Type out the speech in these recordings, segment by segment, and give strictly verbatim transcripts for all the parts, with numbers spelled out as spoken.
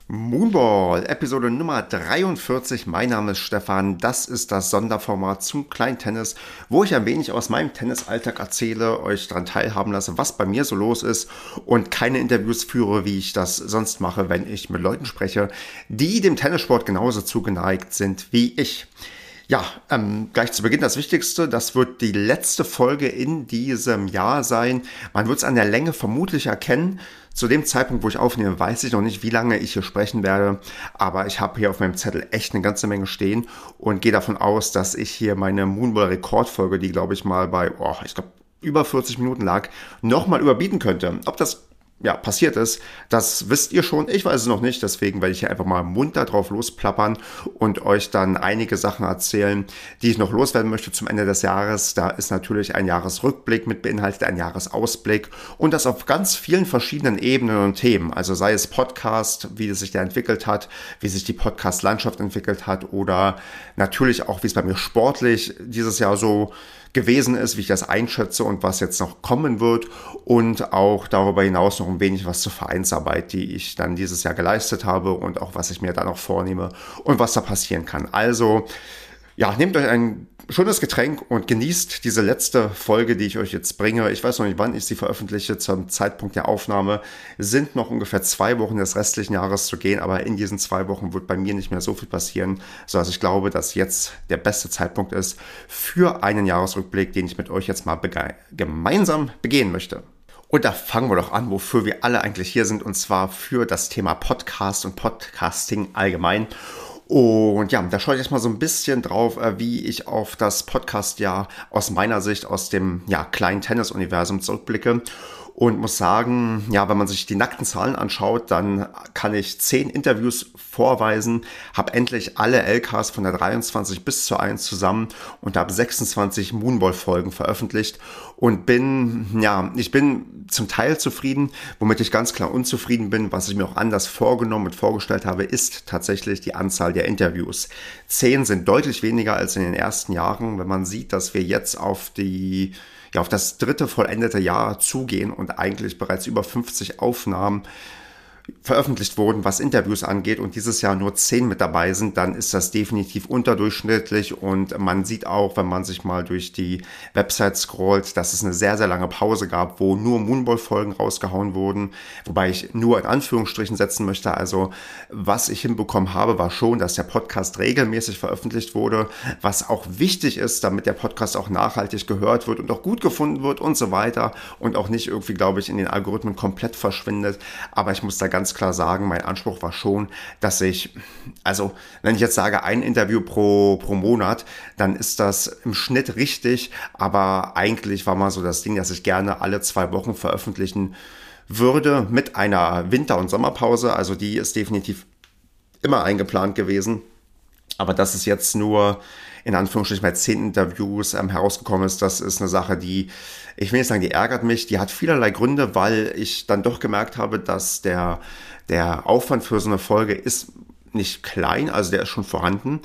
Moonball, Episode Nummer dreiundvierzig. Mein Name ist Stefan. Das ist das Sonderformat zum Kleintennis, wo ich ein wenig aus meinem Tennisalltag erzähle, euch daran teilhaben lasse, was bei mir so los ist und keine Interviews führe, wie ich das sonst mache, wenn ich mit Leuten spreche, die dem Tennissport genauso zugeneigt sind wie ich. Ja, ähm, gleich zu Beginn das Wichtigste, das wird die letzte Folge in diesem Jahr sein. Man wird es an der Länge vermutlich erkennen. Zu dem Zeitpunkt, wo ich aufnehme, weiß ich noch nicht, wie lange ich hier sprechen werde, aber ich habe hier auf meinem Zettel echt eine ganze Menge stehen und gehe davon aus, dass ich hier meine Moonball-Rekordfolge, die glaube ich mal bei, oh, ich glaube, über vierzig Minuten lag, nochmal überbieten könnte. Ob das ja, passiert ist, das wisst ihr schon, ich weiß es noch nicht, deswegen werde ich hier einfach mal munter drauf losplappern und euch dann einige Sachen erzählen, die ich noch loswerden möchte zum Ende des Jahres. Da ist natürlich ein Jahresrückblick mit beinhaltet, ein Jahresausblick und das auf ganz vielen verschiedenen Ebenen und Themen, also sei es Podcast, wie es sich da entwickelt hat, wie sich die Podcast-Landschaft entwickelt hat oder natürlich auch, wie es bei mir sportlich dieses Jahr so gewesen ist, wie ich das einschätze und was jetzt noch kommen wird und auch darüber hinaus noch ein wenig was zur Vereinsarbeit, die ich dann dieses Jahr geleistet habe und auch was ich mir dann noch vornehme und was da passieren kann. Also ja, nehmt euch ein schönes Getränk und genießt diese letzte Folge, die ich euch jetzt bringe. Ich weiß noch nicht, wann ich sie veröffentliche. Zum Zeitpunkt der Aufnahme sind noch ungefähr zwei Wochen des restlichen Jahres zu gehen, aber in diesen zwei Wochen wird bei mir nicht mehr so viel passieren, sodass ich glaube, dass jetzt der beste Zeitpunkt ist für einen Jahresrückblick, den ich mit euch jetzt mal bege- gemeinsam begehen möchte. Und da fangen wir doch an, wofür wir alle eigentlich hier sind, und zwar für das Thema Podcast und Podcasting allgemein. Und ja, da schaue ich jetzt mal so ein bisschen drauf, wie ich auf das Podcast-Jahr aus meiner Sicht, aus dem ja, kleinen Tennis-Universum zurückblicke. Und muss sagen, ja, wenn man sich die nackten Zahlen anschaut, dann kann ich zehn Interviews vorweisen, habe endlich alle L Ks von der dreiundzwanzig bis zur eins zusammen und habe sechsundzwanzig Moonball-Folgen veröffentlicht und bin, ja, ich bin zum Teil zufrieden, womit ich ganz klar unzufrieden bin, was ich mir auch anders vorgenommen und vorgestellt habe, ist tatsächlich die Anzahl der Interviews. Zehn sind deutlich weniger als in den ersten Jahren, wenn man sieht, dass wir jetzt auf die ja, auf das dritte vollendete Jahr zugehen und eigentlich bereits über fünfzig Aufnahmen veröffentlicht wurden, was Interviews angeht und dieses Jahr nur zehn mit dabei sind, dann ist das definitiv unterdurchschnittlich und man sieht auch, wenn man sich mal durch die Website scrollt, dass es eine sehr, sehr lange Pause gab, wo nur Moonball-Folgen rausgehauen wurden, wobei ich nur in Anführungsstrichen setzen möchte, also was ich hinbekommen habe, war schon, dass der Podcast regelmäßig veröffentlicht wurde, was auch wichtig ist, damit der Podcast auch nachhaltig gehört wird und auch gut gefunden wird und so weiter und auch nicht irgendwie, glaube ich, in den Algorithmen komplett verschwindet, aber ich muss da ganz klar sagen, mein Anspruch war schon, dass ich, also wenn ich jetzt sage, ein Interview pro, pro Monat, dann ist das im Schnitt richtig, aber eigentlich war mal so das Ding, dass ich gerne alle zwei Wochen veröffentlichen würde mit einer Winter- und Sommerpause, also die ist definitiv immer eingeplant gewesen, aber dass es jetzt nur in Anführungsstrichen bei zehn Interviews ähm, herausgekommen ist, das ist eine Sache, die, ich will nicht sagen, die ärgert mich, die hat vielerlei Gründe, weil ich dann doch gemerkt habe, dass der, der Aufwand für so eine Folge ist nicht klein, also der ist schon vorhanden.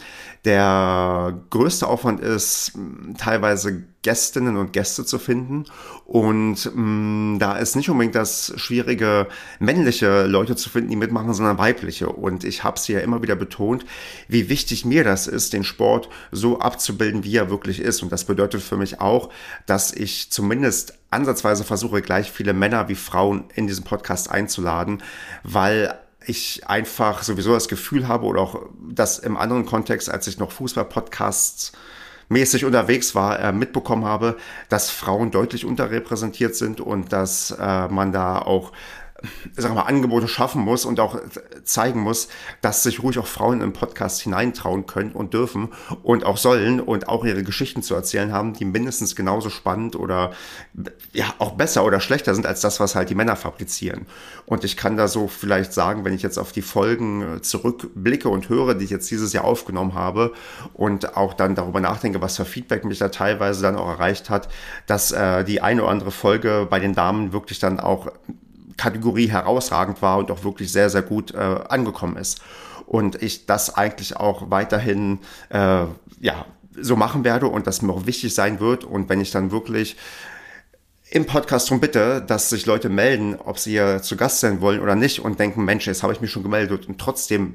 Der größte Aufwand ist teilweise Gästinnen und Gäste zu finden und mh, da ist nicht unbedingt das schwierige, männliche Leute zu finden, die mitmachen, sondern weibliche und ich habe es ja immer wieder betont, wie wichtig mir das ist, den Sport so abzubilden, wie er wirklich ist und das bedeutet für mich auch, dass ich zumindest ansatzweise versuche, gleich viele Männer wie Frauen in diesen Podcast einzuladen, weil ich einfach sowieso das Gefühl habe oder auch das im anderen Kontext, als ich noch Fußball-Podcasts mäßig unterwegs war, äh, mitbekommen habe, dass Frauen deutlich unterrepräsentiert sind und dass äh, man da auch sagen wir mal, Angebote schaffen muss und auch zeigen muss, dass sich ruhig auch Frauen im Podcast hineintrauen können und dürfen und auch sollen und auch ihre Geschichten zu erzählen haben, die mindestens genauso spannend oder ja auch besser oder schlechter sind als das, was halt die Männer fabrizieren. Und ich kann da so vielleicht sagen, wenn ich jetzt auf die Folgen zurückblicke und höre, die ich jetzt dieses Jahr aufgenommen habe und auch dann darüber nachdenke, was für Feedback mich da teilweise dann auch erreicht hat, dass äh, die eine oder andere Folge bei den Damen wirklich dann auch Kategorie herausragend war und auch wirklich sehr, sehr gut äh, angekommen ist. Und ich das eigentlich auch weiterhin äh, ja, so machen werde und das mir auch wichtig sein wird. Und wenn ich dann wirklich im Podcast darum bitte, dass sich Leute melden, ob sie hier zu Gast sein wollen oder nicht und denken, Mensch, jetzt habe ich mich schon gemeldet und trotzdem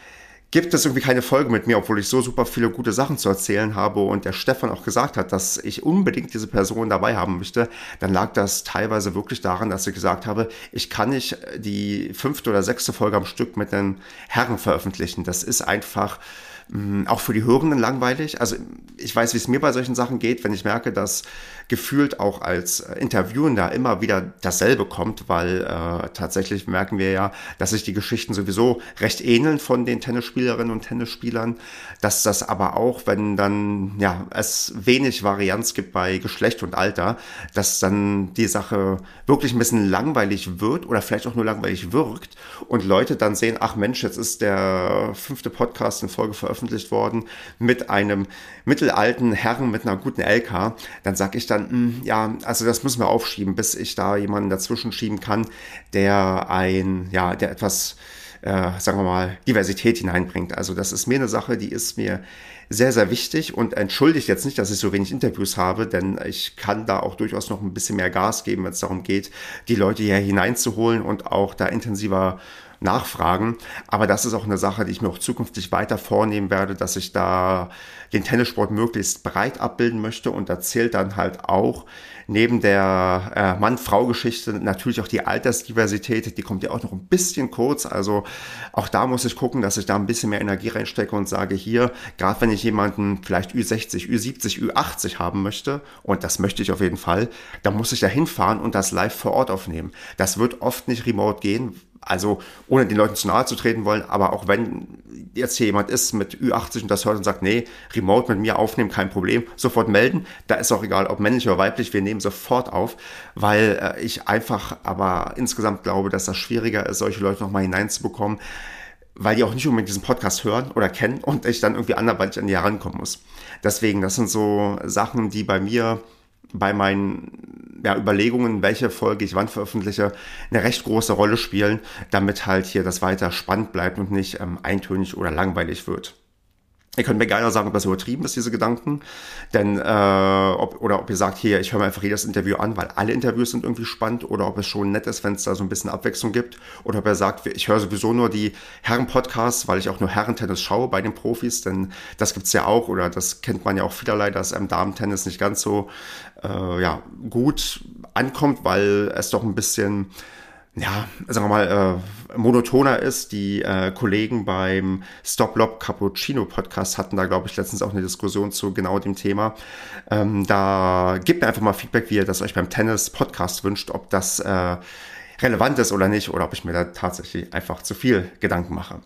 gibt es irgendwie keine Folge mit mir, obwohl ich so super viele gute Sachen zu erzählen habe und der Stefan auch gesagt hat, dass ich unbedingt diese Person dabei haben möchte, dann lag das teilweise wirklich daran, dass ich gesagt habe, ich kann nicht die fünfte oder sechste Folge am Stück mit den Herren veröffentlichen. Das ist einfach auch für die Hörenden langweilig. Also ich weiß, wie es mir bei solchen Sachen geht, wenn ich merke, dass gefühlt auch als Interviewender immer wieder dasselbe kommt, weil äh, tatsächlich merken wir ja, dass sich die Geschichten sowieso recht ähneln von den Tennisspielerinnen und Tennisspielern, dass das aber auch, wenn dann ja es wenig Varianz gibt bei Geschlecht und Alter, dass dann die Sache wirklich ein bisschen langweilig wird oder vielleicht auch nur langweilig wirkt und Leute dann sehen, ach Mensch, jetzt ist der fünfte Podcast in Folge veröffentlicht worden mit einem mittelalten Herrn mit einer guten L K, dann sag ich dann, mh, ja, also das müssen wir aufschieben, bis ich da jemanden dazwischen schieben kann, der ein, ja, der etwas, äh, sagen wir mal, Diversität hineinbringt. Also das ist mir eine Sache, die ist mir sehr, sehr wichtig und entschuldigt jetzt nicht, dass ich so wenig Interviews habe, denn ich kann da auch durchaus noch ein bisschen mehr Gas geben, wenn es darum geht, die Leute hier hineinzuholen und auch da intensiver nachfragen. Aber das ist auch eine Sache, die ich mir auch zukünftig weiter vornehmen werde, dass ich da den Tennissport möglichst breit abbilden möchte und da zählt dann halt auch neben der äh, Mann-Frau-Geschichte natürlich auch die Altersdiversität, die kommt ja auch noch ein bisschen kurz, also auch da muss ich gucken, dass ich da ein bisschen mehr Energie reinstecke und sage hier, gerade wenn ich jemanden vielleicht Ü sechzig, Ü siebzig, Ü achtzig haben möchte und das möchte ich auf jeden Fall, dann muss ich da hinfahren und das live vor Ort aufnehmen. Das wird oft nicht remote gehen, also ohne den Leuten zu nahe zu treten wollen, aber auch wenn jetzt hier jemand ist mit Ü achtzig und das hört und sagt, nee, remote mit mir aufnehmen, kein Problem, sofort melden, da ist auch egal, ob männlich oder weiblich, wir nehmen sofort auf, weil äh, ich einfach aber insgesamt glaube, dass das schwieriger ist, solche Leute nochmal hineinzubekommen, weil die auch nicht unbedingt diesen Podcast hören oder kennen und ich dann irgendwie anderweitig an die herankommen muss. Deswegen, das sind so Sachen, die bei mir bei meinen ja, Überlegungen, welche Folge ich wann veröffentliche, eine recht große Rolle spielen, damit halt hier das weiter spannend bleibt und nicht ähm, eintönig oder langweilig wird. Ihr könnt mir gerne sagen, ob das übertrieben ist, diese Gedanken, denn äh, ob, oder ob ihr sagt, hier, ich höre mir einfach jedes Interview an, weil alle Interviews sind irgendwie spannend, oder ob es schon nett ist, wenn es da so ein bisschen Abwechslung gibt, oder ob ihr sagt, ich höre sowieso nur die Herren-Podcasts, weil ich auch nur Herrentennis schaue bei den Profis, denn das gibt's ja auch, oder das kennt man ja auch vielerlei, dass im Damen-Tennis nicht ganz so äh, ja, gut ankommt, weil es doch ein bisschen ja, sagen wir mal, äh, monotoner ist. Die äh, Kollegen beim Stop Lob Cappuccino Podcast hatten da, glaube ich, letztens auch eine Diskussion zu genau dem Thema. Ähm, da gebt mir einfach mal Feedback, wie ihr das euch beim Tennis Podcast wünscht, ob das äh, relevant ist oder nicht, oder ob ich mir da tatsächlich einfach zu viel Gedanken mache.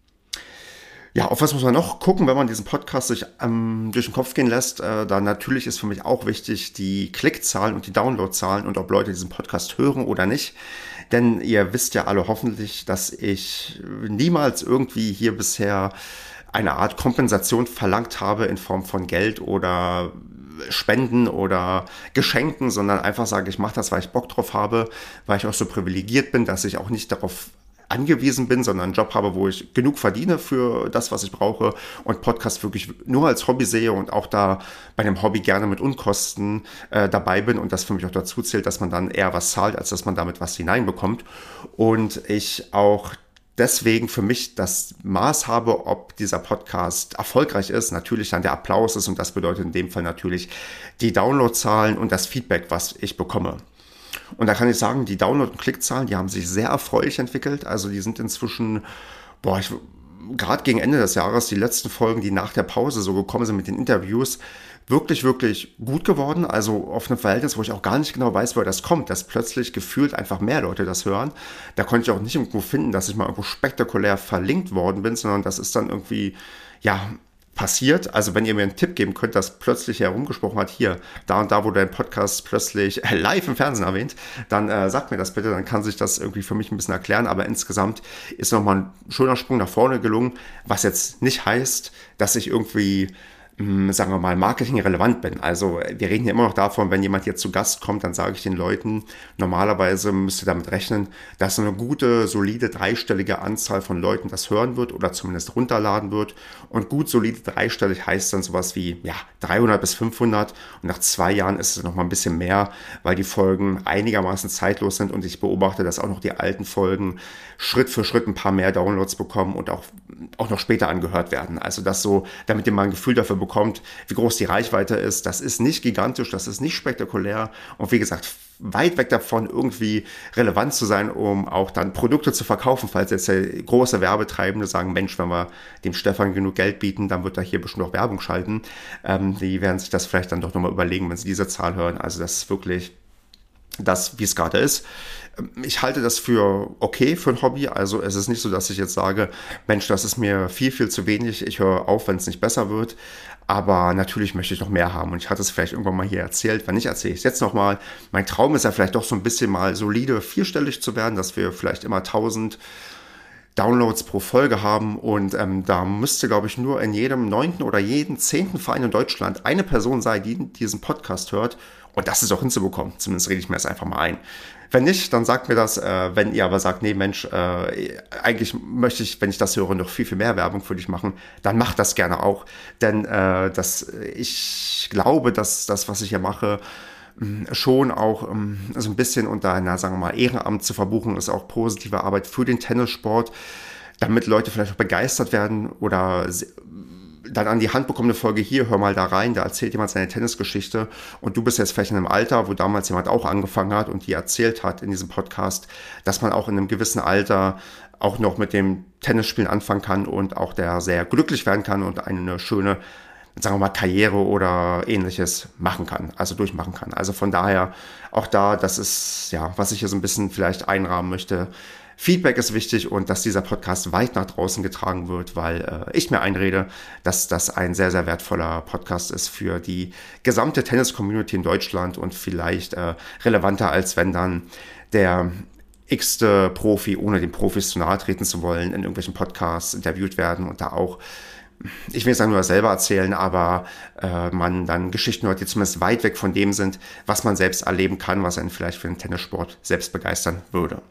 Ja, auf was muss man noch gucken, wenn man diesen Podcast sich ähm, durch den Kopf gehen lässt? Äh, da natürlich ist für mich auch wichtig die Klickzahlen und die Downloadzahlen und ob Leute diesen Podcast hören oder nicht. Denn ihr wisst ja alle hoffentlich, dass ich niemals irgendwie hier bisher eine Art Kompensation verlangt habe in Form von Geld oder Spenden oder Geschenken, sondern einfach sage, ich mache das, weil ich Bock drauf habe, weil ich auch so privilegiert bin, dass ich auch nicht darauf angewiesen bin, sondern einen Job habe, wo ich genug verdiene für das, was ich brauche und Podcast wirklich nur als Hobby sehe und auch da bei einem Hobby gerne mit Unkosten äh, dabei bin und das für mich auch dazu zählt, dass man dann eher was zahlt, als dass man damit was hineinbekommt und ich auch deswegen für mich das Maß habe, ob dieser Podcast erfolgreich ist, natürlich dann der Applaus ist und das bedeutet in dem Fall natürlich die Downloadzahlen und das Feedback, was ich bekomme. Und da kann ich sagen, die Download- und Klickzahlen, die haben sich sehr erfreulich entwickelt. Also die sind inzwischen, boah, ich, gerade gegen Ende des Jahres, die letzten Folgen, die nach der Pause so gekommen sind mit den Interviews, wirklich, wirklich gut geworden. Also auf einem Verhältnis, wo ich auch gar nicht genau weiß, woher das kommt, dass plötzlich gefühlt einfach mehr Leute das hören. Da konnte ich auch nicht irgendwo finden, dass ich mal irgendwo spektakulär verlinkt worden bin, sondern das ist dann irgendwie, ja, passiert. Also wenn ihr mir einen Tipp geben könnt, dass plötzlich herumgesprochen hat, hier, da und da wurde dein Podcast plötzlich live im Fernsehen erwähnt, dann äh, sagt mir das bitte, dann kann sich das irgendwie für mich ein bisschen erklären, aber insgesamt ist nochmal ein schöner Sprung nach vorne gelungen, was jetzt nicht heißt, dass ich irgendwie sagen wir mal, marketingrelevant bin. Also wir reden hier immer noch davon, wenn jemand hier zu Gast kommt, dann sage ich den Leuten, normalerweise müsst ihr damit rechnen, dass eine gute, solide, dreistellige Anzahl von Leuten das hören wird oder zumindest runterladen wird. Und gut, solide, dreistellig heißt dann sowas wie ja dreihundert bis fünfhundert. Und nach zwei Jahren ist es noch mal ein bisschen mehr, weil die Folgen einigermaßen zeitlos sind und ich beobachte, dass auch noch die alten Folgen Schritt für Schritt ein paar mehr Downloads bekommen und auch, auch noch später angehört werden. Also das so, damit ihr mal ein Gefühl dafür bekommt, wie groß die Reichweite ist. Das ist nicht gigantisch, das ist nicht spektakulär und wie gesagt, weit weg davon, irgendwie relevant zu sein, um auch dann Produkte zu verkaufen, falls jetzt große Werbetreibende sagen, Mensch, wenn wir dem Stefan genug Geld bieten, dann wird er hier bestimmt auch Werbung schalten. Ähm, die werden sich das vielleicht dann doch nochmal überlegen, wenn sie diese Zahl hören. Also das ist wirklich das, wie es gerade ist. Ich halte das für okay für ein Hobby. Also es ist nicht so, dass ich jetzt sage, Mensch, das ist mir viel, viel zu wenig. Ich höre auf, wenn es nicht besser wird. Aber natürlich möchte ich noch mehr haben. Und ich hatte es vielleicht irgendwann mal hier erzählt. Wenn nicht, erzähle ich es jetzt nochmal. Mein Traum ist ja vielleicht doch so ein bisschen mal solide vierstellig zu werden, dass wir vielleicht immer tausend Downloads pro Folge haben und ähm, da müsste, glaube ich, nur in jedem neunten oder jeden zehnten Verein in Deutschland eine Person sein, die diesen Podcast hört und das ist auch hinzubekommen. Zumindest rede ich mir das einfach mal ein. Wenn nicht, dann sagt mir das. Äh, wenn ihr aber sagt, nee Mensch, äh, eigentlich möchte ich, wenn ich das höre, noch viel, viel mehr Werbung für dich machen, dann macht das gerne auch. Denn äh, das, ich glaube, dass das, was ich hier mache, schon auch um, so ein bisschen unter einer, sagen wir mal, Ehrenamt zu verbuchen ist, auch positive Arbeit für den Tennissport, damit Leute vielleicht auch begeistert werden oder dann an die Hand bekommene Folge hier, hör mal da rein, da erzählt jemand seine Tennisgeschichte und du bist jetzt vielleicht in einem Alter, wo damals jemand auch angefangen hat und die erzählt hat in diesem Podcast, dass man auch in einem gewissen Alter auch noch mit dem Tennisspielen anfangen kann und auch der sehr glücklich werden kann und eine schöne, sagen wir mal, Karriere oder ähnliches machen kann, also durchmachen kann. Also von daher auch da, das ist ja, was ich hier so ein bisschen vielleicht einrahmen möchte. Feedback ist wichtig und dass dieser Podcast weit nach draußen getragen wird, weil äh, ich mir einrede, dass das ein sehr, sehr wertvoller Podcast ist für die gesamte Tennis-Community in Deutschland und vielleicht äh, relevanter, als wenn dann der x-te Profi, ohne den Profis zu nahe treten zu wollen, in irgendwelchen Podcasts interviewt werden und da auch, ich will jetzt sagen, nur selber erzählen, aber äh, man dann Geschichten hört, die zumindest weit weg von dem sind, was man selbst erleben kann, was einen vielleicht für den Tennissport selbst begeistern würde.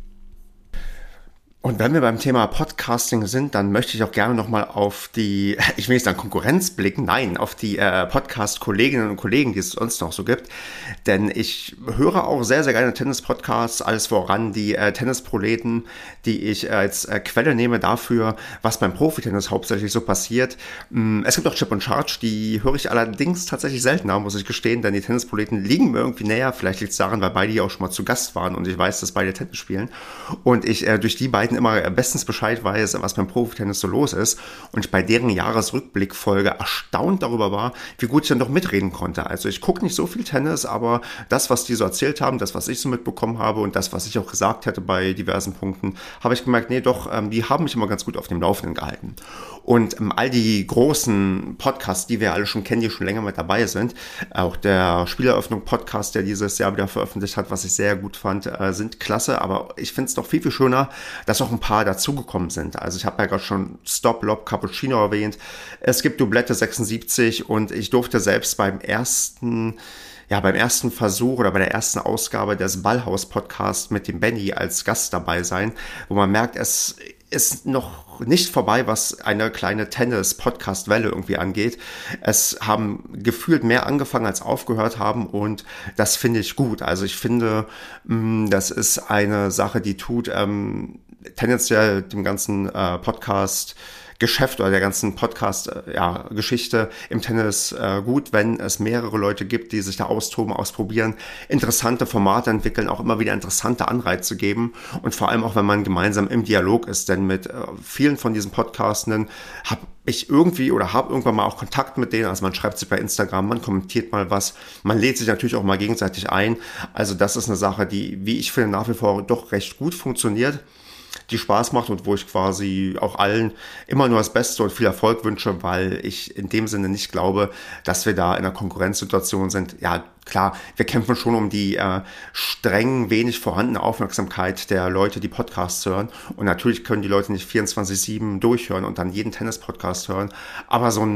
Und wenn wir beim Thema Podcasting sind, dann möchte ich auch gerne nochmal auf die, ich will nicht sagen Konkurrenz blicken, nein, auf die äh, Podcast-Kolleginnen und Kollegen, die es sonst noch so gibt. Denn ich höre auch sehr, sehr gerne Tennis-Podcasts, alles voran die äh, Tennisproleten, die ich als äh, Quelle nehme dafür, was beim Profitennis hauptsächlich so passiert. Es gibt auch Chip und Charge, die höre ich allerdings tatsächlich seltener, muss ich gestehen, denn die Tennisproleten liegen mir irgendwie näher. Vielleicht liegt es daran, weil beide ja auch schon mal zu Gast waren und ich weiß, dass beide Tennis spielen. Und ich äh, durch die beiden immer bestens Bescheid weiß, was beim Profitennis so los ist und ich bei deren Jahresrückblickfolge erstaunt darüber war, wie gut ich dann doch mitreden konnte. Also ich gucke nicht so viel Tennis, aber das, was die so erzählt haben, das, was ich so mitbekommen habe und das, was ich auch gesagt hätte bei diversen Punkten, habe ich gemerkt, nee, doch, ähm, die haben mich immer ganz gut auf dem Laufenden gehalten. Und ähm, all die großen Podcasts, die wir alle schon kennen, die schon länger mit dabei sind, auch der Spieleröffnung-Podcast, der dieses Jahr wieder veröffentlicht hat, was ich sehr gut fand, äh, sind klasse, aber ich finde es doch viel, viel schöner, dass auch ein paar dazugekommen sind. Also ich habe ja gerade schon Stop, Lob, Cappuccino erwähnt. Es gibt Doublette sechsundsiebzig und ich durfte selbst beim ersten, ja, beim ersten Versuch oder bei der ersten Ausgabe des Ballhaus-Podcasts mit dem Benny als Gast dabei sein, wo man merkt, es ist noch nicht vorbei, was eine kleine Tennis-Podcast-Welle irgendwie angeht. Es haben gefühlt mehr angefangen, als aufgehört haben und das finde ich gut. Also ich finde, das ist eine Sache, die tut ähm, tendenziell dem ganzen äh, Podcast Geschäft oder der ganzen Podcast-Geschichte ja, im Tennis äh, gut, wenn es mehrere Leute gibt, die sich da austoben, ausprobieren, interessante Formate entwickeln, auch immer wieder interessante Anreize geben und vor allem auch, wenn man gemeinsam im Dialog ist, denn mit äh, vielen von diesen Podcastenden habe ich irgendwie oder habe irgendwann mal auch Kontakt mit denen, also man schreibt sich bei Instagram, man kommentiert mal was, man lädt sich natürlich auch mal gegenseitig ein, also das ist eine Sache, die, wie ich finde, nach wie vor doch recht gut funktioniert, die Spaß macht und wo ich quasi auch allen immer nur das Beste und viel Erfolg wünsche, weil ich in dem Sinne nicht glaube, dass wir da in einer Konkurrenzsituation sind. Ja, klar, wir kämpfen schon um die äh, streng wenig vorhandene Aufmerksamkeit der Leute, die Podcasts hören. Und natürlich können die Leute nicht vierundzwanzig sieben durchhören und dann jeden Tennis-Podcast hören. Aber so ein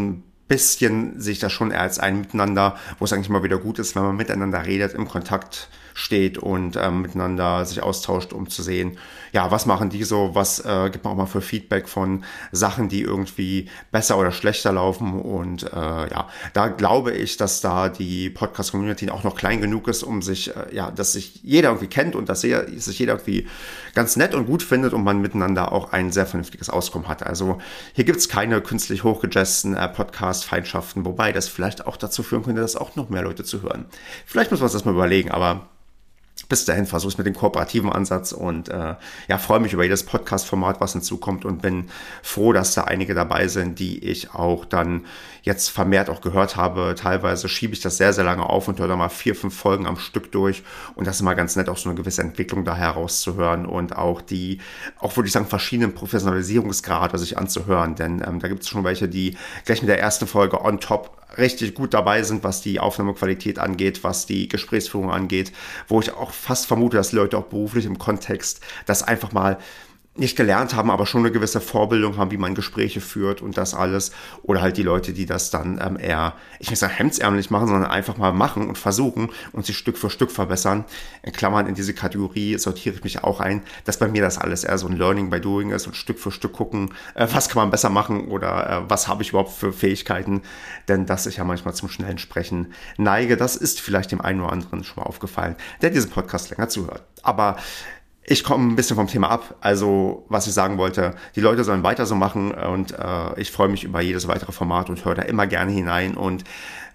bisschen sehe ich das schon eher als ein Miteinander, wo es eigentlich mal wieder gut ist, wenn man miteinander redet, im Kontakt steht und ähm, miteinander sich austauscht, um zu sehen, ja, was machen die so, was äh, gibt man auch mal für Feedback von Sachen, die irgendwie besser oder schlechter laufen. Und äh, ja, da glaube ich, dass da die Podcast-Community auch noch klein genug ist, um sich, äh, ja, dass sich jeder irgendwie kennt und dass jeder, sich jeder irgendwie ganz nett und gut findet und man miteinander auch ein sehr vernünftiges Auskommen hat. Also hier gibt es keine künstlich hochgejazzten äh, Podcast-Feindschaften, wobei das vielleicht auch dazu führen könnte, dass auch noch mehr Leute zuhören. Vielleicht muss man sich das mal überlegen, aber bis dahin versuche ich es mit dem kooperativen Ansatz und äh, ja, freue mich über jedes Podcast-Format, was hinzukommt und bin froh, dass da einige dabei sind, die ich auch dann jetzt vermehrt auch gehört habe. Teilweise schiebe ich das sehr, sehr lange auf und höre da mal vier, fünf Folgen am Stück durch und das ist immer ganz nett, auch so eine gewisse Entwicklung da herauszuhören und auch die, auch würde ich sagen, verschiedenen Professionalisierungsgrade sich anzuhören, denn ähm, da gibt es schon welche, die gleich mit der ersten Folge on top richtig gut dabei sind, was die Aufnahmequalität angeht, was die Gesprächsführung angeht, wo ich auch fast vermute, dass Leute auch beruflich im Kontext das einfach mal nicht gelernt haben, aber schon eine gewisse Vorbildung haben, wie man Gespräche führt und das alles. Oder halt die Leute, die das dann ähm, eher, ich will nicht sagen hemdsärmlich machen, sondern einfach mal machen und versuchen und sich Stück für Stück verbessern. In Klammern, in diese Kategorie sortiere ich mich auch ein, dass bei mir das alles eher so ein Learning by Doing ist und Stück für Stück gucken, äh, was kann man besser machen oder äh, was habe ich überhaupt für Fähigkeiten. Denn dass ich ja manchmal zum schnellen Sprechen neige, das ist vielleicht dem einen oder anderen schon mal aufgefallen, der diesen Podcast länger zuhört. Aber ich komme ein bisschen vom Thema ab. Also, was ich sagen wollte, die Leute sollen weiter so machen und äh, ich freue mich über jedes weitere Format und höre da immer gerne hinein. Und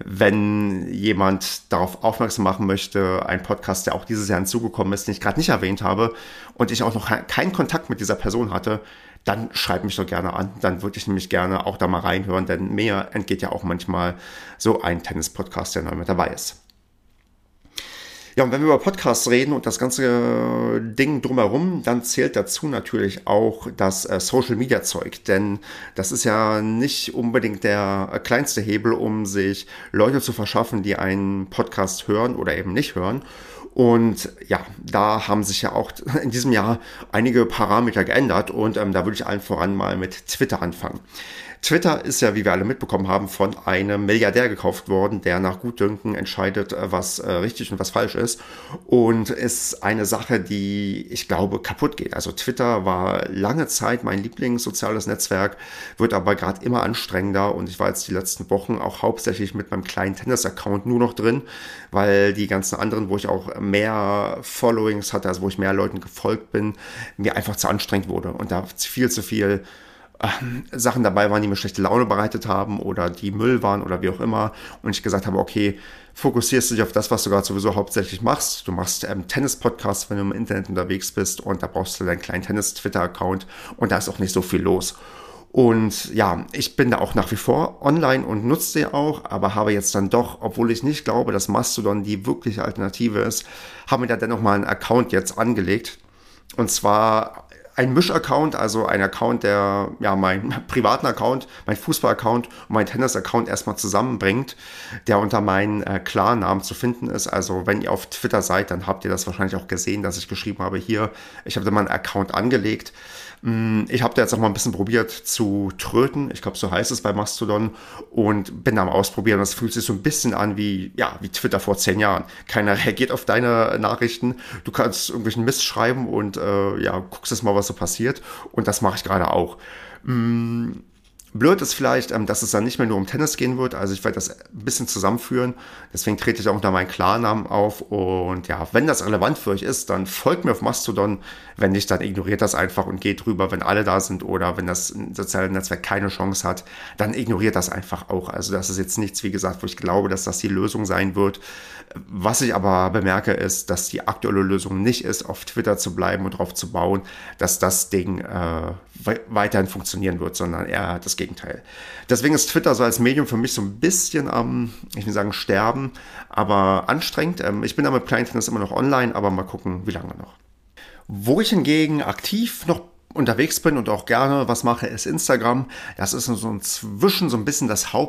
wenn jemand darauf aufmerksam machen möchte, ein Podcast, der auch dieses Jahr hinzugekommen ist, den ich gerade nicht erwähnt habe und ich auch noch keinen Kontakt mit dieser Person hatte, dann schreib mich doch gerne an. Dann würde ich nämlich gerne auch da mal reinhören, denn mir entgeht ja auch manchmal so ein Tennis-Podcast, der neu mit dabei ist. Ja, und wenn wir über Podcasts reden und das ganze Ding drumherum, dann zählt dazu natürlich auch das äh, Social-Media-Zeug, denn das ist ja nicht unbedingt der äh, kleinste Hebel, um sich Leute zu verschaffen, die einen Podcast hören oder eben nicht hören. Und ja, da haben sich ja auch in diesem Jahr einige Parameter geändert und ähm, da würde ich allen voran mal mit Twitter anfangen. Twitter ist ja, wie wir alle mitbekommen haben, von einem Milliardär gekauft worden, der nach Gutdünken entscheidet, was äh, richtig und was falsch ist. Und ist eine Sache, die, ich glaube, kaputt geht. Also Twitter war lange Zeit mein Lieblingssoziales Netzwerk, wird aber gerade immer anstrengender. Und ich war jetzt die letzten Wochen auch hauptsächlich mit meinem kleinen Tennis-Account nur noch drin, weil die ganzen anderen, wo ich auch mehr Followings hatte, also wo ich mehr Leuten gefolgt bin, mir einfach zu anstrengend wurde. Und da viel zu viel Sachen dabei waren, die mir schlechte Laune bereitet haben oder die Müll waren oder wie auch immer und ich gesagt habe, okay, fokussierst du dich auf das, was du gerade sowieso hauptsächlich machst. Du machst ähm, Tennis-Podcasts, wenn du im Internet unterwegs bist und da brauchst du deinen kleinen Tennis-Twitter-Account und da ist auch nicht so viel los. Und ja, ich bin da auch nach wie vor online und nutze sie auch, aber habe jetzt dann doch, obwohl ich nicht glaube, dass Mastodon die wirkliche Alternative ist, habe mir da dennoch mal einen Account jetzt angelegt und zwar ein Misch-Account, also ein Account, der ja meinen privaten Account, mein Fußball-Account und mein Tennis-Account erstmal zusammenbringt, der unter meinen äh, Klarnamen zu finden ist. Also wenn ihr auf Twitter seid, dann habt ihr das wahrscheinlich auch gesehen, dass ich geschrieben habe, hier, ich habe da mal einen Account angelegt. Ich habe da jetzt auch mal ein bisschen probiert zu tröten. Ich glaube, so heißt es bei Mastodon. Und bin da am Ausprobieren. Das fühlt sich so ein bisschen an wie, ja, wie Twitter vor zehn Jahren. Keiner reagiert auf deine Nachrichten. Du kannst irgendwelchen Mist schreiben und äh, ja, guckst jetzt mal, was so passiert. Und das mache ich gerade auch. Mm. Blöd ist vielleicht, dass es dann nicht mehr nur um Tennis gehen wird. Also ich werde das ein bisschen zusammenführen. Deswegen trete ich auch unter meinen Klarnamen auf. Und ja, wenn das relevant für euch ist, dann folgt mir auf Mastodon. Wenn nicht, dann ignoriert das einfach und geht drüber, wenn alle da sind. Oder wenn das soziale Netzwerk keine Chance hat, dann ignoriert das einfach auch. Also das ist jetzt nichts, wie gesagt, wo ich glaube, dass das die Lösung sein wird. Was ich aber bemerke, ist, dass die aktuelle Lösung nicht ist, auf Twitter zu bleiben und darauf zu bauen, dass das Ding äh, weiterhin funktionieren wird, sondern eher das Gegenteil. Deswegen ist Twitter so als Medium für mich so ein bisschen am, ich will sagen, sterben, aber anstrengend. Ich bin da mit Kleintennis immer noch online, aber mal gucken, wie lange noch. Wo ich hingegen aktiv noch unterwegs bin und auch gerne was mache, ist Instagram. Das ist so inzwischen so ein bisschen das Hauptmedium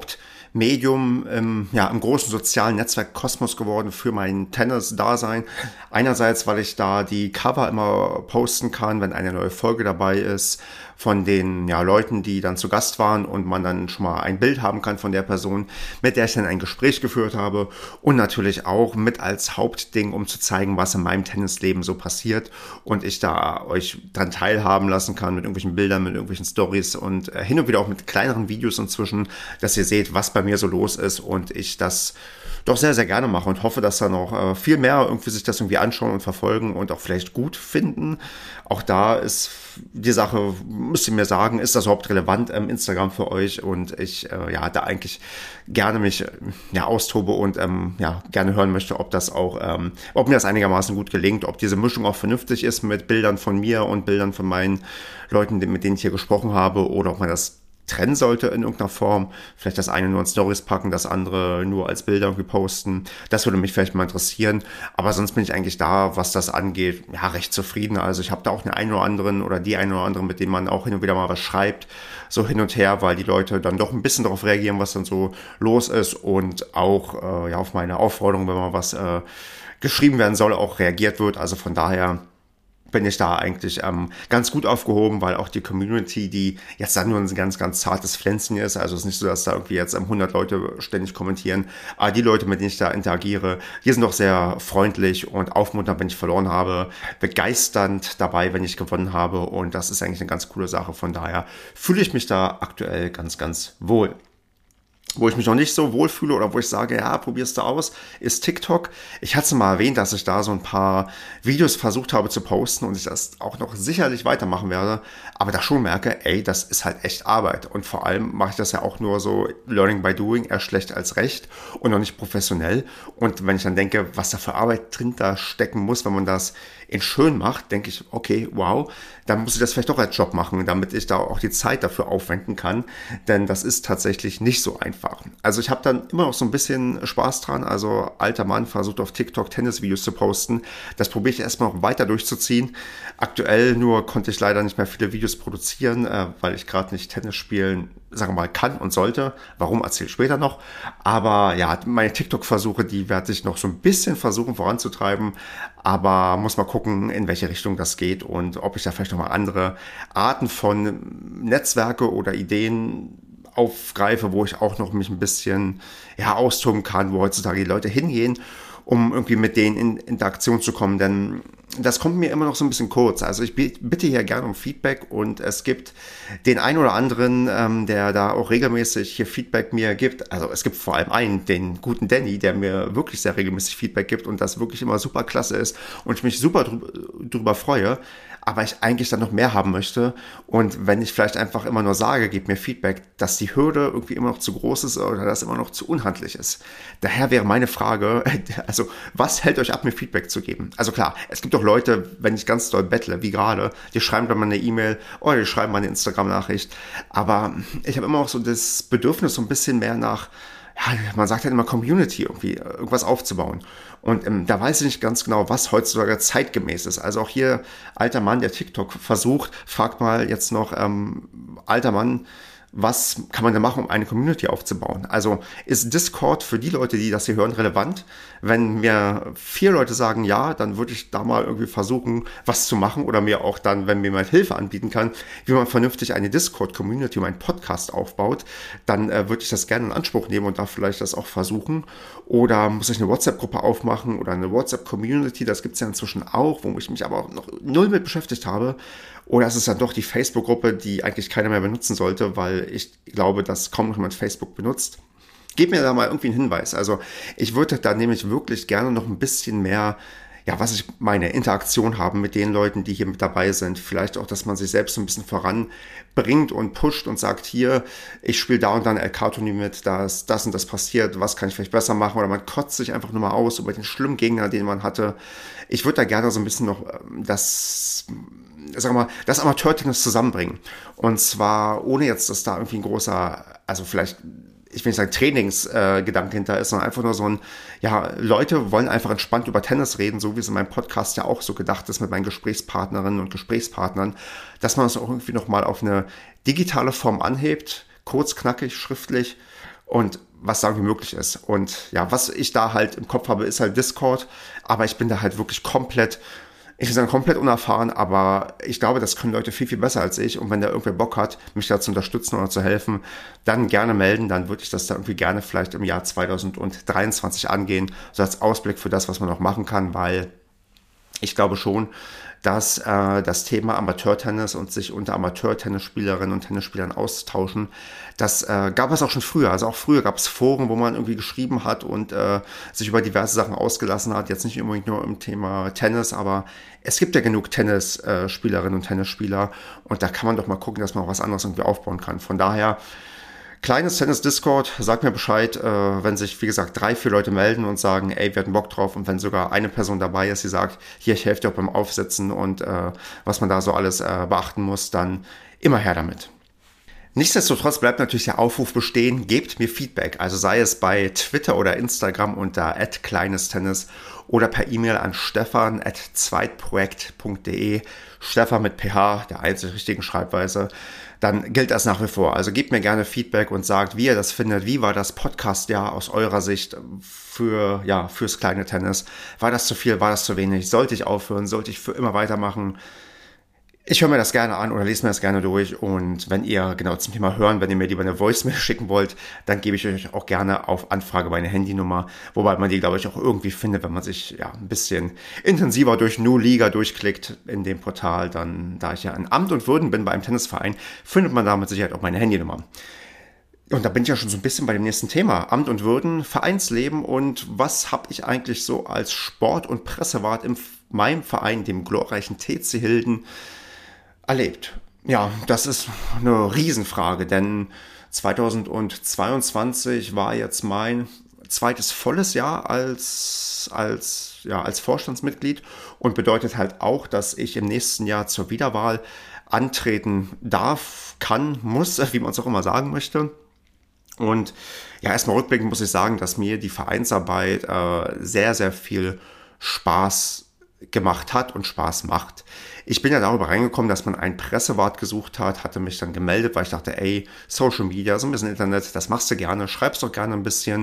Medium im, ja, im großen sozialen Netzwerk Kosmos geworden für mein Tennis-Dasein. Einerseits, weil ich da die Cover immer posten kann, wenn eine neue Folge dabei ist, von den ja, Leuten, die dann zu Gast waren und man dann schon mal ein Bild haben kann von der Person, mit der ich dann ein Gespräch geführt habe und natürlich auch mit als Hauptding, um zu zeigen, was in meinem Tennisleben so passiert und ich da euch dran teilhaben lassen kann mit irgendwelchen Bildern, mit irgendwelchen Stories und äh, hin und wieder auch mit kleineren Videos inzwischen, dass ihr seht, was bei mir so los ist und ich das doch sehr, sehr gerne mache und hoffe, dass da noch äh, viel mehr irgendwie sich das irgendwie anschauen und verfolgen und auch vielleicht gut finden. Auch da ist die Sache, müsst ihr mir sagen, ist das überhaupt relevant im ähm, Instagram für euch und ich äh, ja da eigentlich gerne mich äh, ja austobe und ähm, ja gerne hören möchte, ob das auch, ähm, ob mir das einigermaßen gut gelingt, ob diese Mischung auch vernünftig ist mit Bildern von mir und Bildern von meinen Leuten, mit denen ich hier gesprochen habe oder ob man das trennen sollte in irgendeiner Form. Vielleicht das eine nur in Stories packen, das andere nur als Bilder irgendwie posten. Das würde mich vielleicht mal interessieren. Aber sonst bin ich eigentlich da, was das angeht, ja, recht zufrieden. Also ich habe da auch den einen oder anderen oder die einen oder anderen, mit denen man auch hin und wieder mal was schreibt, so hin und her, weil die Leute dann doch ein bisschen darauf reagieren, was dann so los ist und auch äh, ja auf meine Aufforderung, wenn mal was äh, geschrieben werden soll, auch reagiert wird. Also von daher bin ich da eigentlich ähm, ganz gut aufgehoben, weil auch die Community, die jetzt dann nur ein ganz, ganz zartes Pflänzchen ist, also es ist nicht so, dass da irgendwie jetzt ähm, hundert Leute ständig kommentieren, aber die Leute, mit denen ich da interagiere, die sind doch sehr freundlich und aufmunternd, wenn ich verloren habe, begeisternd dabei, wenn ich gewonnen habe und das ist eigentlich eine ganz coole Sache, von daher fühle ich mich da aktuell ganz, ganz wohl. Wo ich mich noch nicht so wohlfühle oder wo ich sage, ja, probierst du aus, ist TikTok. Ich hatte es mal erwähnt, dass ich da so ein paar Videos versucht habe zu posten und ich das auch noch sicherlich weitermachen werde, aber da schon merke, ey, das ist halt echt Arbeit und vor allem mache ich das ja auch nur so Learning by Doing, eher schlecht als recht und noch nicht professionell und wenn ich dann denke, was da für Arbeit drin da stecken muss, wenn man das in schön macht, denke ich, okay, wow, dann muss ich das vielleicht doch als Job machen, damit ich da auch die Zeit dafür aufwenden kann, denn das ist tatsächlich nicht so einfach. Also ich habe dann immer noch so ein bisschen Spaß dran, also alter Mann versucht auf TikTok Tennisvideos zu posten, das probiere ich erstmal noch weiter durchzuziehen. Aktuell nur konnte ich leider nicht mehr viele Videos produzieren, äh, weil ich gerade nicht Tennis spielen, sagen wir mal, kann und sollte. Warum, erzähle ich später noch. Aber ja, meine TikTok-Versuche, die werde ich noch so ein bisschen versuchen voranzutreiben, aber muss mal gucken, in welche Richtung das geht und ob ich da vielleicht noch mal andere Arten von Netzwerke oder Ideen aufgreife, wo ich auch noch mich ein bisschen ja, austoben kann, wo heutzutage die Leute hingehen, um irgendwie mit denen in Interaktion zu kommen, denn das kommt mir immer noch so ein bisschen kurz. Also ich bitte hier gerne um Feedback und es gibt den einen oder anderen, ähm, der da auch regelmäßig hier Feedback mir gibt. Also es gibt vor allem einen, den guten Danny, der mir wirklich sehr regelmäßig Feedback gibt und das wirklich immer super klasse ist und ich mich super drüber, drüber freue, aber ich eigentlich dann noch mehr haben möchte und wenn ich vielleicht einfach immer nur sage, gebt mir Feedback, dass die Hürde irgendwie immer noch zu groß ist oder dass immer noch zu unhandlich ist. Daher wäre meine Frage, also was hält euch ab, mir Feedback zu geben? Also klar, es gibt doch Leute, wenn ich ganz doll bettle, wie gerade, die schreiben dann mal eine E-Mail oder die schreiben mal eine Instagram-Nachricht, aber ich habe immer auch so das Bedürfnis so ein bisschen mehr nach, ja, man sagt ja immer Community irgendwie, irgendwas aufzubauen. Und ähm, da weiß ich nicht ganz genau, was heutzutage zeitgemäß ist. Also auch hier, alter Mann, der TikTok versucht, fragt mal jetzt noch, ähm, alter Mann, was kann man da machen, um eine Community aufzubauen? Also ist Discord für die Leute, die das hier hören, relevant? Wenn mir vier Leute sagen ja, dann würde ich da mal irgendwie versuchen, was zu machen oder mir auch dann, wenn mir jemand Hilfe anbieten kann, wie man vernünftig eine Discord-Community, um einen Podcast aufbaut, dann äh, würde ich das gerne in Anspruch nehmen und da vielleicht das auch versuchen. Oder muss ich eine WhatsApp-Gruppe aufmachen oder eine WhatsApp-Community, das gibt es ja inzwischen auch, wo ich mich aber auch noch null mit beschäftigt habe. Oder ist es dann doch die Facebook-Gruppe, die eigentlich keiner mehr benutzen sollte, weil ich glaube, dass kaum noch jemand Facebook benutzt. Gebt mir da mal irgendwie einen Hinweis. Also ich würde da nämlich wirklich gerne noch ein bisschen mehr, ja, was ich meine, Interaktion haben mit den Leuten, die hier mit dabei sind. Vielleicht auch, dass man sich selbst so ein bisschen voranbringt und pusht und sagt, hier, ich spiele da und dann El Cartoni mit, da ist das und das passiert, was kann ich vielleicht besser machen? Oder man kotzt sich einfach nur mal aus über den schlimmen Gegner, den man hatte. Ich würde da gerne so ein bisschen noch das, sagen wir mal, das Amateurtennis zusammenbringen. Und zwar ohne jetzt, dass da irgendwie ein großer, also vielleicht, ich will nicht sagen Trainingsgedanke äh, hinter ist, sondern einfach nur so ein, ja, Leute wollen einfach entspannt über Tennis reden, so wie es in meinem Podcast ja auch so gedacht ist mit meinen Gesprächspartnerinnen und Gesprächspartnern, dass man es auch irgendwie nochmal auf eine digitale Form anhebt, kurz, knackig, schriftlich und was da irgendwie möglich ist. Und ja, was ich da halt im Kopf habe, ist halt Discord, aber ich bin da halt wirklich komplett, ich will sagen komplett unerfahren, aber ich glaube, das können Leute viel, viel besser als ich. Und wenn da irgendwer Bock hat, mich da zu unterstützen oder zu helfen, dann gerne melden. Dann würde ich das da irgendwie gerne vielleicht im Jahr zwanzig dreiundzwanzig angehen, so als Ausblick für das, was man noch machen kann, weil ich glaube schon, dass äh, das Thema Amateurtennis und sich unter Amateurtennisspielerinnen und Tennisspielern austauschen, das äh, gab es auch schon früher. Also auch früher gab es Foren, wo man irgendwie geschrieben hat und äh, sich über diverse Sachen ausgelassen hat. Jetzt nicht unbedingt nur im Thema Tennis, aber es gibt ja genug Tennisspielerinnen und Tennisspieler und da kann man doch mal gucken, dass man auch was anderes irgendwie aufbauen kann. Von daher, kleines Tennis-Discord, sagt mir Bescheid, äh, wenn sich, wie gesagt, drei, vier Leute melden und sagen, ey, wir hatten Bock drauf. Und wenn sogar eine Person dabei ist, die sagt, hier, ich helfe dir auch beim Aufsetzen und äh, was man da so alles äh, beachten muss, dann immer her damit. Nichtsdestotrotz bleibt natürlich der Aufruf bestehen, gebt mir Feedback, also sei es bei Twitter oder Instagram unter at kleinestennis oder per E-Mail an stefan at zweitprojekt punkt de, Stefan mit P H, der einzig richtigen Schreibweise, dann gilt das nach wie vor. Also gebt mir gerne Feedback und sagt, wie ihr das findet, wie war das Podcast-Jahr aus eurer Sicht für, ja, fürs kleine Tennis? War das zu viel, war das zu wenig? Sollte ich aufhören? Sollte ich für immer weitermachen? Ich höre mir das gerne an oder lese mir das gerne durch und wenn ihr genau zum Thema hören, wenn ihr mir lieber eine Voicemail schicken wollt, dann gebe ich euch auch gerne auf Anfrage meine Handynummer, wobei man die, glaube ich, auch irgendwie findet, wenn man sich ja ein bisschen intensiver durch Nu Liga durchklickt in dem Portal, dann, da ich ja in Amt und Würden bin bei einem Tennisverein, findet man da mit Sicherheit auch meine Handynummer. Und da bin ich ja schon so ein bisschen bei dem nächsten Thema. Amt und Würden, Vereinsleben und was habe ich eigentlich so als Sport- und Pressewart in meinem Verein, dem glorreichen T C Hilden, erlebt? Ja, das ist eine Riesenfrage, denn zweitausendzweiundzwanzig war jetzt mein zweites volles Jahr als, als, ja, als Vorstandsmitglied und bedeutet halt auch, dass ich im nächsten Jahr zur Wiederwahl antreten darf, kann, muss, wie man es auch immer sagen möchte. Und ja, erstmal rückblickend muss ich sagen, dass mir die Vereinsarbeit äh, sehr, sehr viel Spaß gemacht hat und Spaß macht. Ich bin ja darüber reingekommen, dass man einen Pressewart gesucht hat, hatte mich dann gemeldet, weil ich dachte, ey, Social Media, so ein bisschen Internet, das machst du gerne, schreibst doch gerne ein bisschen.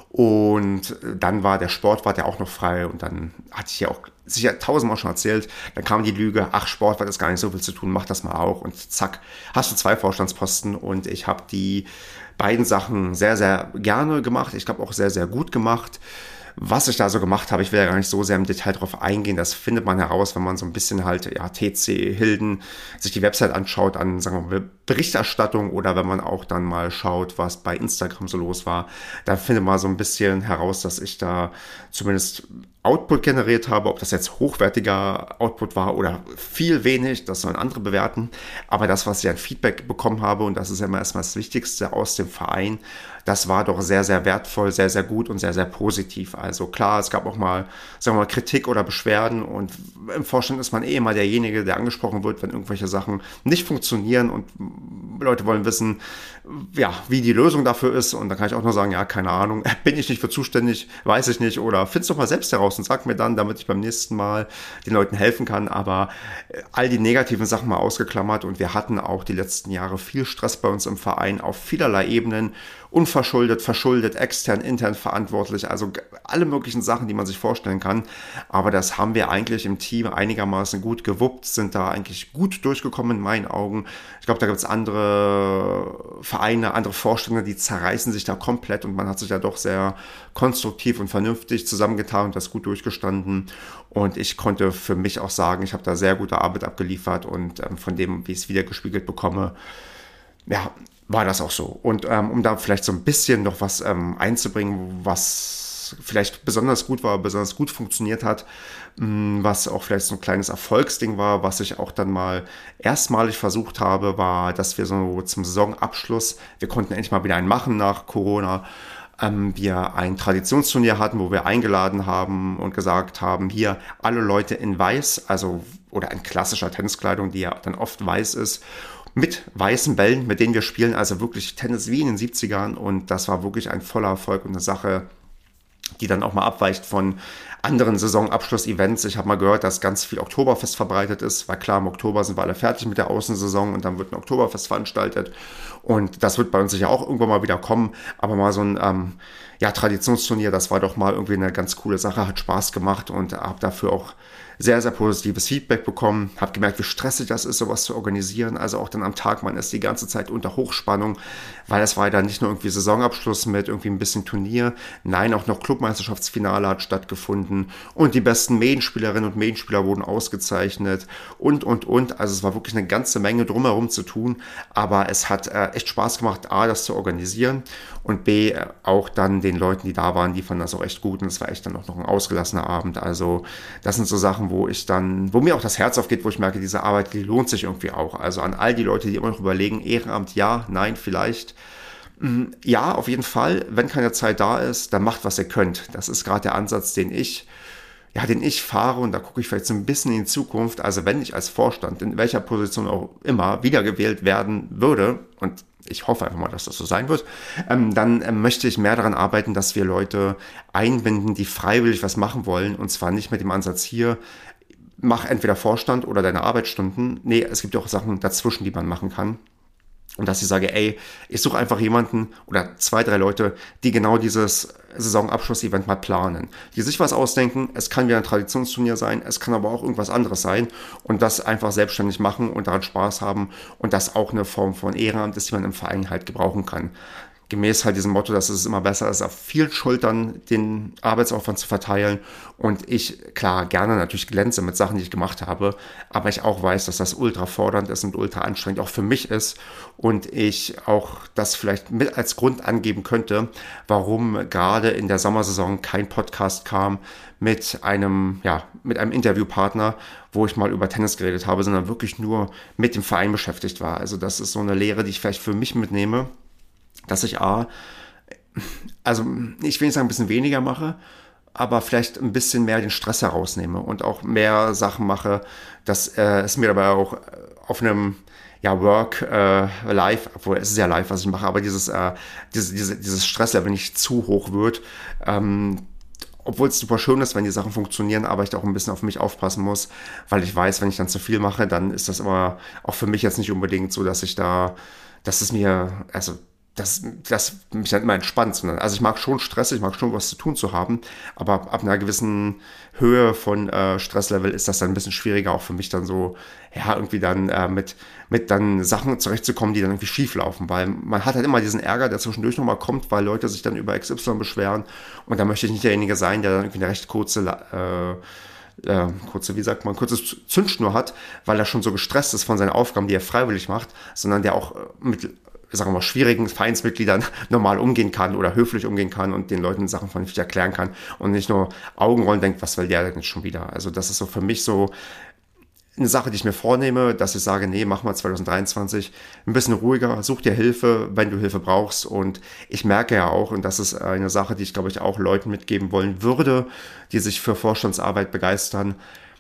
Und dann war der Sportwart ja auch noch frei und dann hatte ich ja auch sicher tausendmal schon erzählt, dann kam die Lüge, ach, Sportwart ist gar nicht so viel zu tun, mach das mal auch und zack, hast du zwei Vorstandsposten und ich habe die beiden Sachen sehr, sehr gerne gemacht, ich glaube auch sehr, sehr gut gemacht. Was ich da so gemacht habe, ich will ja gar nicht so sehr im Detail drauf eingehen, das findet man heraus, wenn man so ein bisschen halt, ja, T C Hilden sich die Website anschaut, an, sagen wir mal, Berichterstattung oder wenn man auch dann mal schaut, was bei Instagram so los war, dann findet man so ein bisschen heraus, dass ich da zumindest Output generiert habe, ob das jetzt hochwertiger Output war oder viel wenig, das sollen andere bewerten, aber das, was ich an Feedback bekommen habe und das ist ja immer erstmal das Wichtigste aus dem Verein, das war doch sehr, sehr wertvoll, sehr, sehr gut und sehr, sehr positiv. Also klar, es gab auch mal, sagen wir mal, Kritik oder Beschwerden und im Vorstand ist man eh immer derjenige, der angesprochen wird, wenn irgendwelche Sachen nicht funktionieren und Leute wollen wissen, ja, wie die Lösung dafür ist und da kann ich auch nur sagen, ja, keine Ahnung, bin ich nicht für zuständig, weiß ich nicht oder find's doch mal selbst heraus und sag mir dann, damit ich beim nächsten Mal den Leuten helfen kann, aber all die negativen Sachen mal ausgeklammert und wir hatten auch die letzten Jahre viel Stress bei uns im Verein auf vielerlei Ebenen, unverschuldet, verschuldet, extern, intern verantwortlich, also alle möglichen Sachen, die man sich vorstellen kann, aber das haben wir eigentlich im Team einigermaßen gut gewuppt, sind da eigentlich gut durchgekommen in meinen Augen. Ich glaube, da gibt es andere Vereine, andere Vorstände, die zerreißen sich da komplett und man hat sich da doch sehr konstruktiv und vernünftig zusammengetan und das gut durchgestanden und ich konnte für mich auch sagen, ich habe da sehr gute Arbeit abgeliefert und ähm, von dem, wie ich es wiedergespiegelt bekomme, ja, war das auch so. Und ähm, um da vielleicht so ein bisschen noch was ähm, einzubringen, was vielleicht besonders gut war, besonders gut funktioniert hat, mh, was auch vielleicht so ein kleines Erfolgsding war, was ich auch dann mal erstmalig versucht habe, war, dass wir so zum Saisonabschluss, wir konnten endlich mal wieder einen machen nach Corona, ähm, wir ein Traditionsturnier hatten, wo wir eingeladen haben und gesagt haben, hier alle Leute in weiß, also oder in klassischer Tenniskleidung, die ja dann oft weiß ist, mit weißen Bällen, mit denen wir spielen, also wirklich Tennis wie in den siebzigern und das war wirklich ein voller Erfolg und eine Sache, die dann auch mal abweicht von anderen Saisonabschluss-Events. Ich habe mal gehört, dass ganz viel Oktoberfest verbreitet ist, weil klar, im Oktober sind wir alle fertig mit der Außensaison und dann wird ein Oktoberfest veranstaltet und das wird bei uns sicher auch irgendwann mal wieder kommen, aber mal so ein ähm, ja, Traditionsturnier, das war doch mal irgendwie eine ganz coole Sache, hat Spaß gemacht und habe dafür auch sehr, sehr positives Feedback bekommen. Habe gemerkt, wie stressig das ist, sowas zu organisieren. Also auch dann am Tag, man ist die ganze Zeit unter Hochspannung, weil es war ja dann nicht nur irgendwie Saisonabschluss mit irgendwie ein bisschen Turnier. Nein, auch noch Clubmeisterschaftsfinale hat stattgefunden und die besten Medienspielerinnen und Medienspieler wurden ausgezeichnet und, und, und. Also es war wirklich eine ganze Menge drumherum zu tun, aber es hat äh, echt Spaß gemacht, A, das zu organisieren und B, äh, auch dann den Leuten, die da waren, die fanden das auch echt gut und es war echt dann auch noch ein ausgelassener Abend. Also das sind so Sachen, wo ich dann, wo mir auch das Herz aufgeht, wo ich merke, diese Arbeit, die lohnt sich irgendwie auch. Also an all die Leute, die immer noch überlegen, Ehrenamt ja, nein, vielleicht. Ja, auf jeden Fall, wenn keine Zeit da ist, dann macht, was ihr könnt. Das ist gerade der Ansatz, den ich, ja, den ich fahre und da gucke ich vielleicht so ein bisschen in die Zukunft. Also wenn ich als Vorstand, in welcher Position auch immer, wiedergewählt werden würde und ich hoffe einfach mal, dass das so sein wird, ähm, dann ähm, möchte ich mehr daran arbeiten, dass wir Leute einbinden, die freiwillig was machen wollen und zwar nicht mit dem Ansatz hier, mach entweder Vorstand oder deine Arbeitsstunden. Nee, es gibt ja auch Sachen dazwischen, die man machen kann. Und dass ich sage, ey, ich suche einfach jemanden oder zwei, drei Leute, die genau dieses Saisonabschluss-Event mal planen. Die sich was ausdenken, es kann wieder ein Traditionsturnier sein, es kann aber auch irgendwas anderes sein und das einfach selbstständig machen und daran Spaß haben und das auch eine Form von Ehrenamt ist, die man im Verein halt gebrauchen kann. Gemäß halt diesem Motto, dass es immer besser ist, auf vielen Schultern den Arbeitsaufwand zu verteilen und ich, klar, gerne natürlich glänze mit Sachen, die ich gemacht habe, aber ich auch weiß, dass das ultra fordernd ist und ultra anstrengend auch für mich ist und ich auch das vielleicht mit als Grund angeben könnte, warum gerade in der Sommersaison kein Podcast kam mit einem, ja, mit einem Interviewpartner, wo ich mal über Tennis geredet habe, sondern wirklich nur mit dem Verein beschäftigt war. Also das ist so eine Lehre, die ich vielleicht für mich mitnehme, dass ich A, also ich will nicht sagen, ein bisschen weniger mache, aber vielleicht ein bisschen mehr den Stress herausnehme und auch mehr Sachen mache, dass äh, es mir dabei auch auf einem ja, Work äh, live, obwohl es ist ja live, was ich mache, aber dieses, äh, diese, diese, dieses Stresslevel nicht zu hoch wird, ähm, obwohl es super schön ist, wenn die Sachen funktionieren, aber ich da auch ein bisschen auf mich aufpassen muss, weil ich weiß, wenn ich dann zu viel mache, dann ist das immer auch für mich jetzt nicht unbedingt so, dass ich da, dass es mir, also das, das mich dann immer entspannt, sondern, also ich mag schon Stress, ich mag schon was zu tun zu haben, aber ab einer gewissen Höhe von äh, Stresslevel ist das dann ein bisschen schwieriger, auch für mich dann so, ja, irgendwie dann äh, mit, mit dann Sachen zurechtzukommen, die dann irgendwie schief laufen, weil man hat halt immer diesen Ärger, der zwischendurch nochmal kommt, weil Leute sich dann über X Y beschweren und da möchte ich nicht derjenige sein, der dann irgendwie eine recht kurze äh, Äh, kurze, wie sagt man, kurzes Zündschnur hat, weil er schon so gestresst ist von seinen Aufgaben, die er freiwillig macht, sondern der auch mit, sagen wir mal, schwierigen Vereinsmitgliedern normal umgehen kann oder höflich umgehen kann und den Leuten Sachen vernünftig erklären kann und nicht nur Augenrollen denkt, was will der denn jetzt schon wieder? Also das ist so für mich so eine Sache, die ich mir vornehme, dass ich sage, nee, mach mal zwanzig dreiundzwanzig ein bisschen ruhiger, such dir Hilfe, wenn du Hilfe brauchst und ich merke ja auch, und das ist eine Sache, die ich glaube ich auch Leuten mitgeben wollen würde, die sich für Vorstandsarbeit begeistern,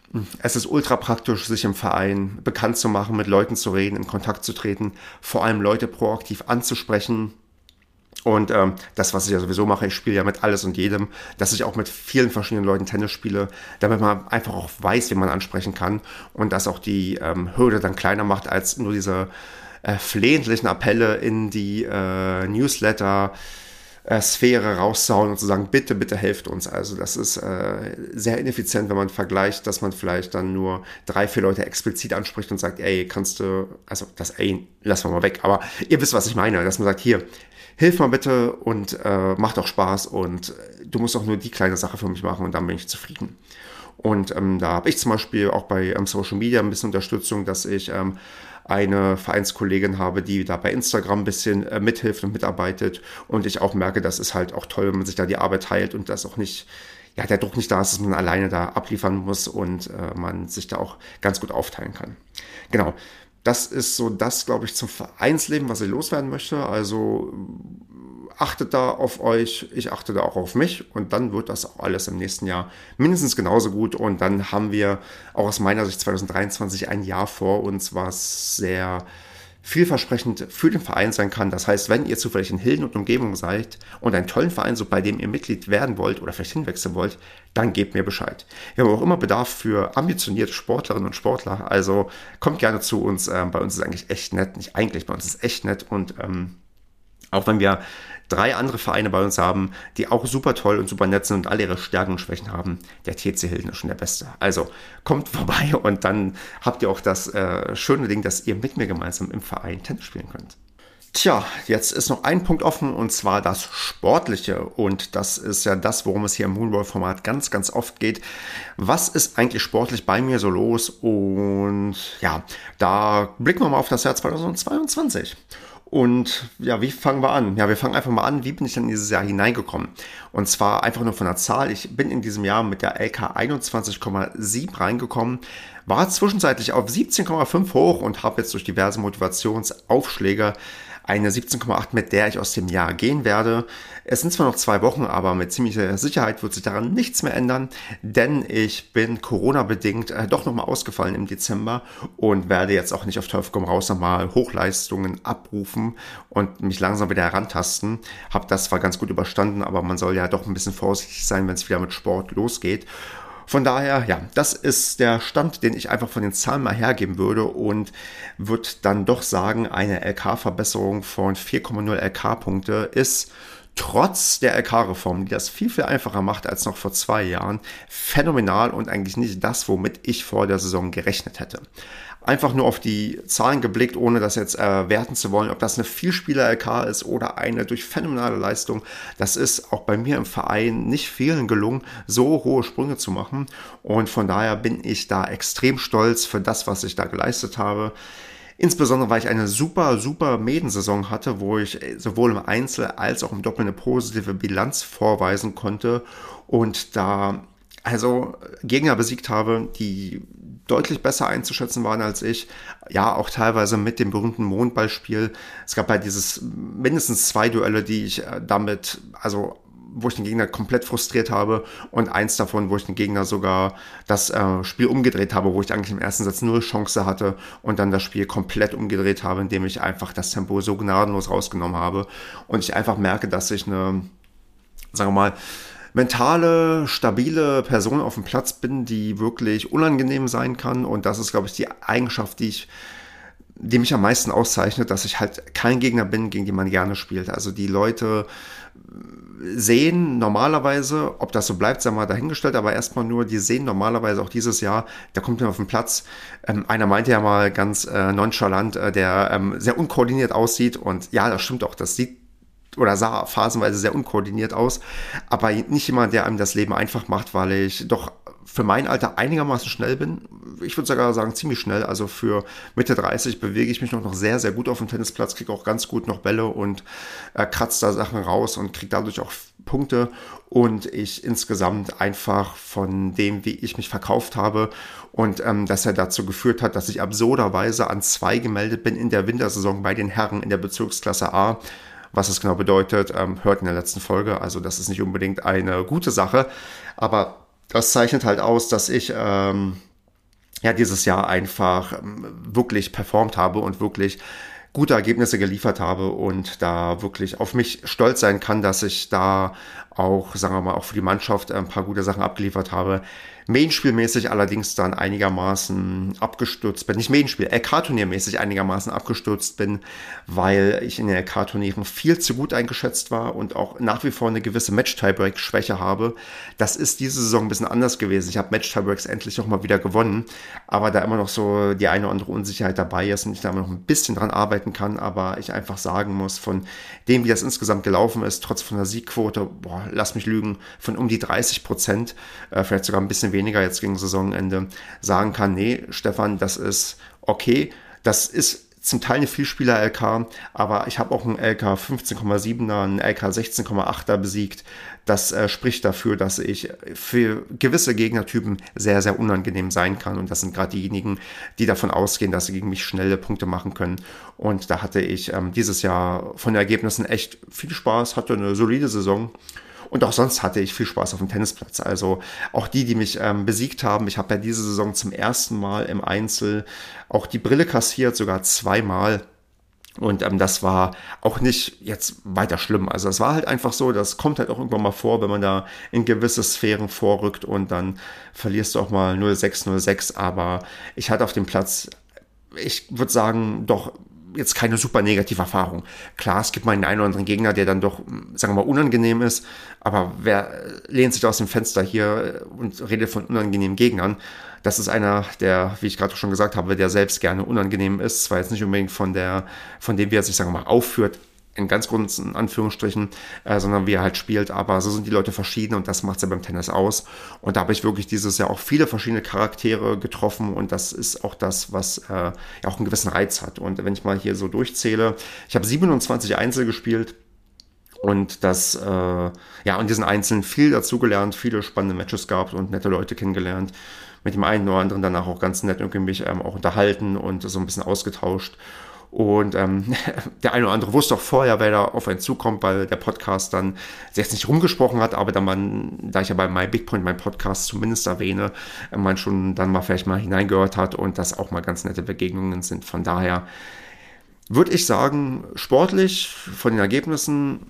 es ist ultra praktisch, sich im Verein bekannt zu machen, mit Leuten zu reden, in Kontakt zu treten, vor allem Leute proaktiv anzusprechen. Und ähm, das, was ich ja sowieso mache, ich spiele ja mit alles und jedem, dass ich auch mit vielen verschiedenen Leuten Tennis spiele, damit man einfach auch weiß, wie man ansprechen kann und dass auch die ähm, Hürde dann kleiner macht, als nur diese äh, flehentlichen Appelle in die äh, Newsletter, äh, Sphäre rauszuhauen und zu sagen, bitte, bitte helft uns. Also das ist äh, sehr ineffizient, wenn man vergleicht, dass man vielleicht dann nur drei, vier Leute explizit anspricht und sagt, ey, kannst du, also das ey, lassen wir mal weg, aber ihr wisst, was ich meine, dass man sagt, hier, hilf mal bitte und äh, macht auch Spaß und du musst auch nur die kleine Sache für mich machen und dann bin ich zufrieden. Und ähm, da habe ich zum Beispiel auch bei ähm, Social Media ein bisschen Unterstützung, dass ich ähm, eine Vereinskollegin habe, die da bei Instagram ein bisschen äh, mithilft und mitarbeitet und ich auch merke, das ist halt auch toll, wenn man sich da die Arbeit teilt und das auch nicht, ja, der Druck nicht da ist, dass man alleine da abliefern muss und äh, man sich da auch ganz gut aufteilen kann. Genau. Das ist so das, glaube ich, zum Vereinsleben, was ich loswerden möchte. Also achtet da auf euch, ich achte da auch auf mich und dann wird das auch alles im nächsten Jahr mindestens genauso gut und dann haben wir auch aus meiner Sicht zwanzig dreiundzwanzig ein Jahr vor uns, was sehr vielversprechend für den Verein sein kann. Das heißt, wenn ihr zufällig in Hilden und Umgebung seid und einen tollen Verein sucht, bei dem ihr Mitglied werden wollt oder vielleicht hinwechseln wollt, dann gebt mir Bescheid. Wir haben auch immer Bedarf für ambitionierte Sportlerinnen und Sportler, also kommt gerne zu uns. Ähm, bei uns ist eigentlich echt nett, nicht eigentlich, bei uns ist echt nett und ähm, auch wenn wir drei andere Vereine bei uns haben, die auch super toll und super nett sind und alle ihre Stärken und Schwächen haben, der T C Hilden ist schon der Beste. Also kommt vorbei und dann habt ihr auch das äh, schöne Ding, dass ihr mit mir gemeinsam im Verein Tennis spielen könnt. Tja, jetzt ist noch ein Punkt offen und zwar das Sportliche und das ist ja das, worum es hier im Moonball-Format ganz, ganz oft geht. Was ist eigentlich sportlich bei mir so los? Und ja, da blicken wir mal auf das Jahr zweitausendzweiundzwanzig. Und ja, wie fangen wir an? Ja, wir fangen einfach mal an, wie bin ich denn in dieses Jahr hineingekommen? Und zwar einfach nur von der Zahl. Ich bin in diesem Jahr mit der L K einundzwanzig Komma sieben reingekommen, war zwischenzeitlich auf siebzehn Komma fünf hoch und habe jetzt durch diverse Motivationsaufschläge eine siebzehn Komma acht, mit der ich aus dem Jahr gehen werde. Es sind zwar noch zwei Wochen, aber mit ziemlicher Sicherheit wird sich daran nichts mehr ändern, denn ich bin Corona-bedingt äh, doch nochmal ausgefallen im Dezember und werde jetzt auch nicht auf Teufel komm raus nochmal Hochleistungen abrufen und mich langsam wieder herantasten. Hab das zwar ganz gut überstanden, aber man soll ja doch ein bisschen vorsichtig sein, wenn es wieder mit Sport losgeht. Von daher, ja, das ist der Stand, den ich einfach von den Zahlen mal hergeben würde und würde dann doch sagen, eine L K-Verbesserung von vier Komma null L K-Punkte ist trotz der L K-Reform, die das viel, viel einfacher macht als noch vor zwei Jahren, phänomenal und eigentlich nicht das, womit ich vor der Saison gerechnet hätte. Einfach nur auf die Zahlen geblickt, ohne das jetzt äh, werten zu wollen, ob das eine Vielspieler-L K ist oder eine durch phänomenale Leistung. Das ist auch bei mir im Verein nicht vielen gelungen, so hohe Sprünge zu machen. Und von daher bin ich da extrem stolz für das, was ich da geleistet habe. Insbesondere, weil ich eine super, super Medensaison hatte, wo ich sowohl im Einzel als auch im Doppel eine positive Bilanz vorweisen konnte und da also Gegner besiegt habe, die deutlich besser einzuschätzen waren als ich. Ja, auch teilweise mit dem berühmten Mondballspiel. Es gab halt dieses mindestens zwei Duelle, die ich damit, also wo ich den Gegner komplett frustriert habe und eins davon, wo ich den Gegner sogar das äh, Spiel umgedreht habe, wo ich eigentlich im ersten Satz null Chance hatte und dann das Spiel komplett umgedreht habe, indem ich einfach das Tempo so gnadenlos rausgenommen habe und ich einfach merke, dass ich eine, sagen wir mal, mentale, stabile Person auf dem Platz bin, die wirklich unangenehm sein kann und das ist, glaube ich, die Eigenschaft, die ich die mich am meisten auszeichnet, dass ich halt kein Gegner bin, gegen den man gerne spielt. Also die Leute sehen normalerweise, ob das so bleibt, sagen wir mal dahingestellt, aber erstmal nur, die sehen normalerweise auch dieses Jahr, da kommt jemand auf den Platz. Ähm, einer meinte ja mal ganz äh, nonchalant, äh, der ähm, sehr unkoordiniert aussieht und ja, das stimmt auch, das sieht oder sah phasenweise sehr unkoordiniert aus, aber nicht jemand, der einem das Leben einfach macht, weil ich doch für mein Alter einigermaßen schnell bin. Ich würde sogar sagen, ziemlich schnell. Also für Mitte dreißig bewege ich mich noch, noch sehr, sehr gut auf dem Tennisplatz, kriege auch ganz gut noch Bälle und äh, kratze da Sachen raus und kriege dadurch auch Punkte. Und ich insgesamt einfach von dem, wie ich mich verkauft habe und ähm, dass er dazu geführt hat, dass ich absurderweise an zwei gemeldet bin in der Wintersaison bei den Herren in der Bezirksklasse A. Was das genau bedeutet, ähm, hört in der letzten Folge. Also das ist nicht unbedingt eine gute Sache, aber das zeichnet halt aus, dass ich ähm, ja dieses Jahr einfach ähm, wirklich performt habe und wirklich gute Ergebnisse geliefert habe und da wirklich auf mich stolz sein kann, dass ich da auch, sagen wir mal, auch für die Mannschaft ein paar gute Sachen abgeliefert habe. Main-Spielmäßig allerdings dann einigermaßen abgestürzt bin. Nicht Main-Spiel, L K-Turniermäßig einigermaßen abgestürzt bin, weil ich in den L K-Turnieren viel zu gut eingeschätzt war und auch nach wie vor eine gewisse Match-Tiebreak-Schwäche habe. Das ist diese Saison ein bisschen anders gewesen. Ich habe Match-Tiebreaks endlich auch mal wieder gewonnen, aber da immer noch so die eine oder andere Unsicherheit dabei ist und ich da immer noch ein bisschen dran arbeiten kann, aber ich einfach sagen muss, von dem, wie das insgesamt gelaufen ist, trotz von der Siegquote, boah, lass mich lügen, von um die dreißig Prozent, äh, vielleicht sogar ein bisschen weniger jetzt gegen Saisonende, sagen kann, nee, Stefan, das ist okay, das ist zum Teil eine Vielspieler-L K, aber ich habe auch einen L K fünfzehn Komma siebener, einen L K sechzehn Komma achter besiegt. Das äh, spricht dafür, dass ich für gewisse Gegnertypen sehr, sehr unangenehm sein kann. Und das sind gerade diejenigen, die davon ausgehen, dass sie gegen mich schnelle Punkte machen können. Und da hatte ich ähm, dieses Jahr von den Ergebnissen echt viel Spaß, hatte eine solide Saison. Und auch sonst hatte ich viel Spaß auf dem Tennisplatz. Also auch die, die mich ähm, besiegt haben. Ich habe ja diese Saison zum ersten Mal im Einzel auch die Brille kassiert, sogar zweimal. Und ähm, das war auch nicht jetzt weiter schlimm. Also es war halt einfach so, das kommt halt auch irgendwann mal vor, wenn man da in gewisse Sphären vorrückt und dann verlierst du auch mal null sechs, null sechs. Aber ich hatte auf dem Platz, ich würde sagen, doch jetzt keine super negative Erfahrung. Klar, es gibt mal einen einen oder anderen Gegner, der dann doch, sagen wir mal, unangenehm ist. Aber wer lehnt sich da aus dem Fenster hier und redet von unangenehmen Gegnern? Das ist einer, der, wie ich gerade schon gesagt habe, der selbst gerne unangenehm ist. Zwar jetzt nicht unbedingt von der, von dem, wie er sich, sagen wir mal, aufführt, in ganz großen Anführungsstrichen, äh, sondern wie er halt spielt. Aber so sind die Leute verschieden und das macht es ja beim Tennis aus. Und da habe ich wirklich dieses Jahr auch viele verschiedene Charaktere getroffen und das ist auch das, was äh, ja auch einen gewissen Reiz hat. Und wenn ich mal hier so durchzähle, ich habe siebenundzwanzig Einzel gespielt. Und das, äh, ja, und diesen Einzelnen viel dazugelernt, viele spannende Matches gehabt und nette Leute kennengelernt. Mit dem einen oder anderen danach auch ganz nett irgendwie mich ähm, auch unterhalten und so ein bisschen ausgetauscht. Und ähm, der eine oder andere wusste auch vorher, wer da auf einen zukommt, weil der Podcast dann jetzt nicht rumgesprochen hat, aber da man, da ich ja bei MyBigPoint meinen Podcast zumindest erwähne, man schon dann mal vielleicht mal hineingehört hat und das auch mal ganz nette Begegnungen sind. Von daher würde ich sagen, sportlich von den Ergebnissen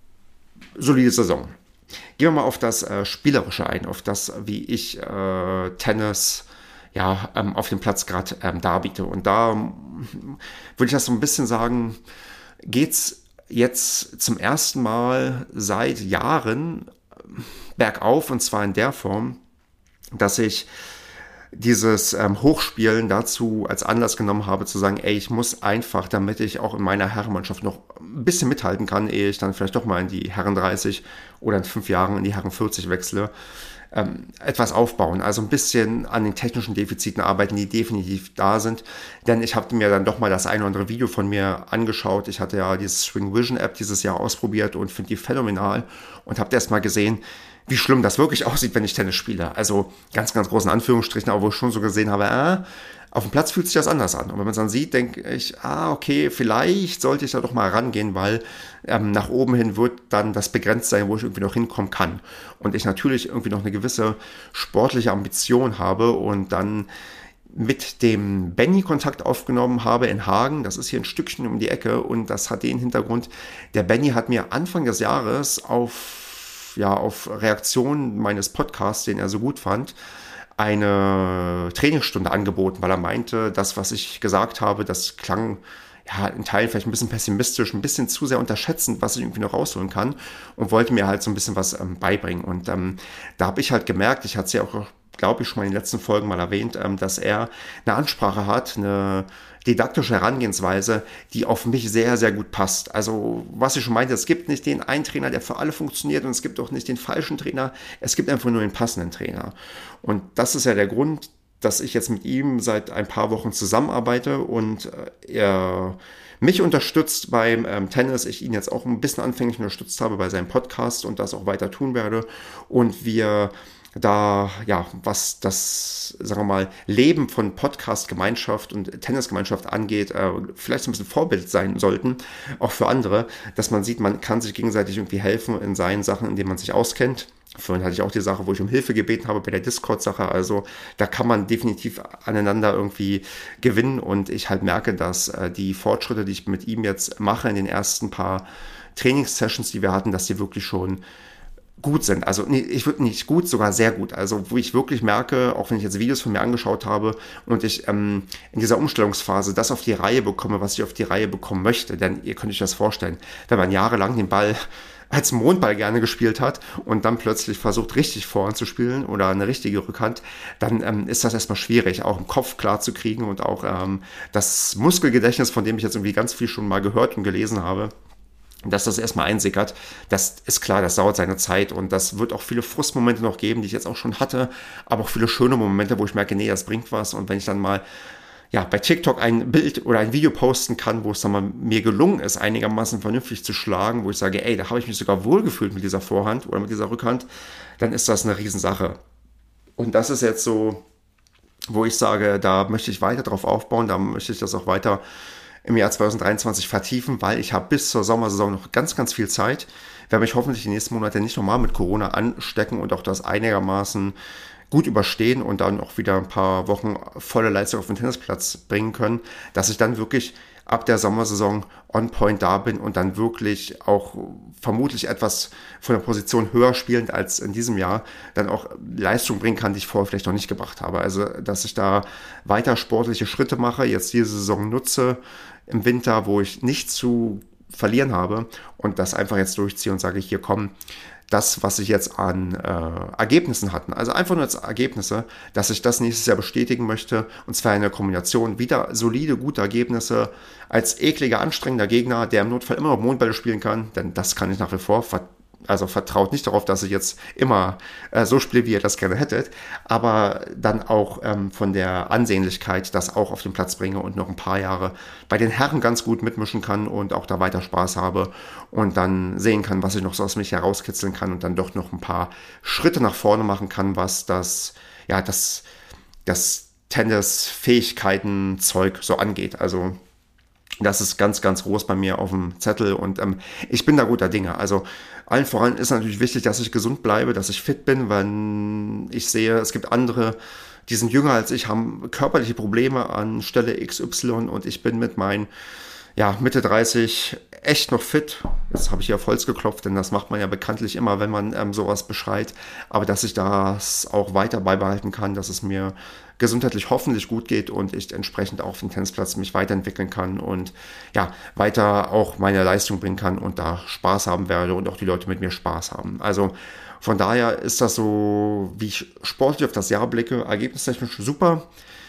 solide Saison. Gehen wir mal auf das äh, Spielerische ein, auf das, wie ich äh, Tennis ja, ähm, auf dem Platz gerade ähm, darbiete. Und da ähm, würde ich das so ein bisschen sagen, geht's jetzt zum ersten Mal seit Jahren bergauf, und zwar in der Form, dass ich dieses ähm, Hochspielen dazu als Anlass genommen habe, zu sagen, ey, ich muss einfach, damit ich auch in meiner Herrenmannschaft noch ein bisschen mithalten kann, ehe ich dann vielleicht doch mal in die Herren dreißig oder in fünf Jahren in die Herren vierzig wechsle, ähm, etwas aufbauen. Also ein bisschen an den technischen Defiziten arbeiten, die definitiv da sind. Denn ich habe mir dann doch mal das ein oder andere Video von mir angeschaut. Ich hatte ja diese Swing Vision App dieses Jahr ausprobiert und finde die phänomenal und habe erst mal gesehen, wie schlimm das wirklich aussieht, wenn ich Tennis spiele. Also ganz, ganz großen Anführungsstrichen, aber wo ich schon so gesehen habe, äh, auf dem Platz fühlt sich das anders an. Und wenn man es dann sieht, denke ich, ah, okay, vielleicht sollte ich da doch mal rangehen, weil ähm, nach oben hin wird dann das begrenzt sein, wo ich irgendwie noch hinkommen kann. Und ich natürlich irgendwie noch eine gewisse sportliche Ambition habe und dann mit dem Benny Kontakt aufgenommen habe in Hagen. Das ist hier ein Stückchen um die Ecke und das hat den Hintergrund. Der Benny hat mir Anfang des Jahres auf ja, auf Reaktion meines Podcasts, den er so gut fand, eine Trainingsstunde angeboten, weil er meinte, das, was ich gesagt habe, das klang ja in Teilen vielleicht ein bisschen pessimistisch, ein bisschen zu sehr unterschätzend, was ich irgendwie noch rausholen kann und wollte mir halt so ein bisschen was ähm, beibringen. Und ähm, da habe ich halt gemerkt, ich hatte es ja auch, glaube ich, schon mal in den letzten Folgen mal erwähnt, ähm, dass er eine Ansprache hat, eine didaktische Herangehensweise, die auf mich sehr, sehr gut passt. Also, was ich schon meinte, es gibt nicht den einen Trainer, der für alle funktioniert und es gibt auch nicht den falschen Trainer. Es gibt einfach nur den passenden Trainer. Und das ist ja der Grund, dass ich jetzt mit ihm seit ein paar Wochen zusammenarbeite und äh, er mich unterstützt beim ähm, Tennis, ich ihn jetzt auch ein bisschen anfänglich unterstützt habe bei seinem Podcast und das auch weiter tun werde. Und wir da, ja, was das, sagen wir mal, Leben von Podcast-Gemeinschaft und Tennisgemeinschaft angeht, äh, vielleicht so ein bisschen Vorbild sein sollten, auch für andere, dass man sieht, man kann sich gegenseitig irgendwie helfen in seinen Sachen, in denen man sich auskennt. Vorhin hatte ich auch die Sache, wo ich um Hilfe gebeten habe bei der Discord-Sache, also da kann man definitiv aneinander irgendwie gewinnen und ich halt merke, dass äh, die Fortschritte, die ich mit ihm jetzt mache in den ersten paar Trainingssessions, die wir hatten, dass die wirklich schon gut sind. Also nee, ich würde nicht gut, sogar sehr gut. Also wo ich wirklich merke, auch wenn ich jetzt Videos von mir angeschaut habe und ich ähm, in dieser Umstellungsphase das auf die Reihe bekomme, was ich auf die Reihe bekommen möchte. Denn ihr könnt euch das vorstellen, wenn man jahrelang den Ball als Mondball gerne gespielt hat und dann plötzlich versucht, richtig Vorhand zu spielen oder eine richtige Rückhand, dann ähm, ist das erstmal schwierig, auch im Kopf klar zu kriegen und auch ähm, das Muskelgedächtnis, von dem ich jetzt irgendwie ganz viel schon mal gehört und gelesen habe, dass das erstmal einsickert, das ist klar, das dauert seine Zeit und das wird auch viele Frustmomente noch geben, die ich jetzt auch schon hatte, aber auch viele schöne Momente, wo ich merke, nee, das bringt was und wenn ich dann mal ja, bei TikTok ein Bild oder ein Video posten kann, wo es dann mal mir gelungen ist, einigermaßen vernünftig zu schlagen, wo ich sage, ey, da habe ich mich sogar wohlgefühlt mit dieser Vorhand oder mit dieser Rückhand, dann ist das eine Riesensache. Und das ist jetzt so, wo ich sage, da möchte ich weiter drauf aufbauen, da möchte ich das auch weiter im Jahr zwanzig dreiundzwanzig vertiefen, weil ich habe bis zur Sommersaison noch ganz, ganz viel Zeit. Werde mich hoffentlich die nächsten Monate nicht nochmal mit Corona anstecken und auch das einigermaßen gut überstehen und dann auch wieder ein paar Wochen volle Leistung auf den Tennisplatz bringen können, dass ich dann wirklich ab der Sommersaison on point da bin und dann wirklich auch vermutlich etwas von der Position höher spielend als in diesem Jahr dann auch Leistung bringen kann, die ich vorher vielleicht noch nicht gebracht habe. Also, dass ich da weiter sportliche Schritte mache, jetzt diese Saison nutze im Winter, wo ich nichts zu verlieren habe und das einfach jetzt durchziehe und sage, hier komm, das, was ich jetzt an äh, Ergebnissen hatten, also einfach nur als Ergebnisse, dass ich das nächstes Jahr bestätigen möchte, und zwar in der Kombination wieder solide, gute Ergebnisse als ekliger, anstrengender Gegner, der im Notfall immer noch Mondbälle spielen kann, denn das kann ich nach wie vor, also vertraut nicht darauf, dass ich jetzt immer äh, so spiele, wie ihr das gerne hättet, aber dann auch ähm, von der Ansehnlichkeit das auch auf den Platz bringe und noch ein paar Jahre bei den Herren ganz gut mitmischen kann und auch da weiter Spaß habe und dann sehen kann, was ich noch so aus mich herauskitzeln kann und dann doch noch ein paar Schritte nach vorne machen kann, was das, ja, das, das Tennis-Fähigkeiten-Zeug so angeht. Also das ist ganz, ganz groß bei mir auf dem Zettel und ähm, ich bin da guter Dinge. Also allen voran ist natürlich wichtig, dass ich gesund bleibe, dass ich fit bin, weil ich sehe, es gibt andere, die sind jünger als ich, haben körperliche Probleme an Stelle X Y und ich bin mit meinen ja, Mitte dreißig echt noch fit. Jetzt habe ich hier auf Holz geklopft, denn das macht man ja bekanntlich immer, wenn man ähm, sowas beschreit. Aber dass ich das auch weiter beibehalten kann, dass es mir gesundheitlich hoffentlich gut geht und ich entsprechend auch auf dem Tennisplatz mich weiterentwickeln kann und ja, weiter auch meine Leistung bringen kann und da Spaß haben werde und auch die Leute mit mir Spaß haben. Also von daher ist das so, wie ich sportlich auf das Jahr blicke, ergebnistechnisch super.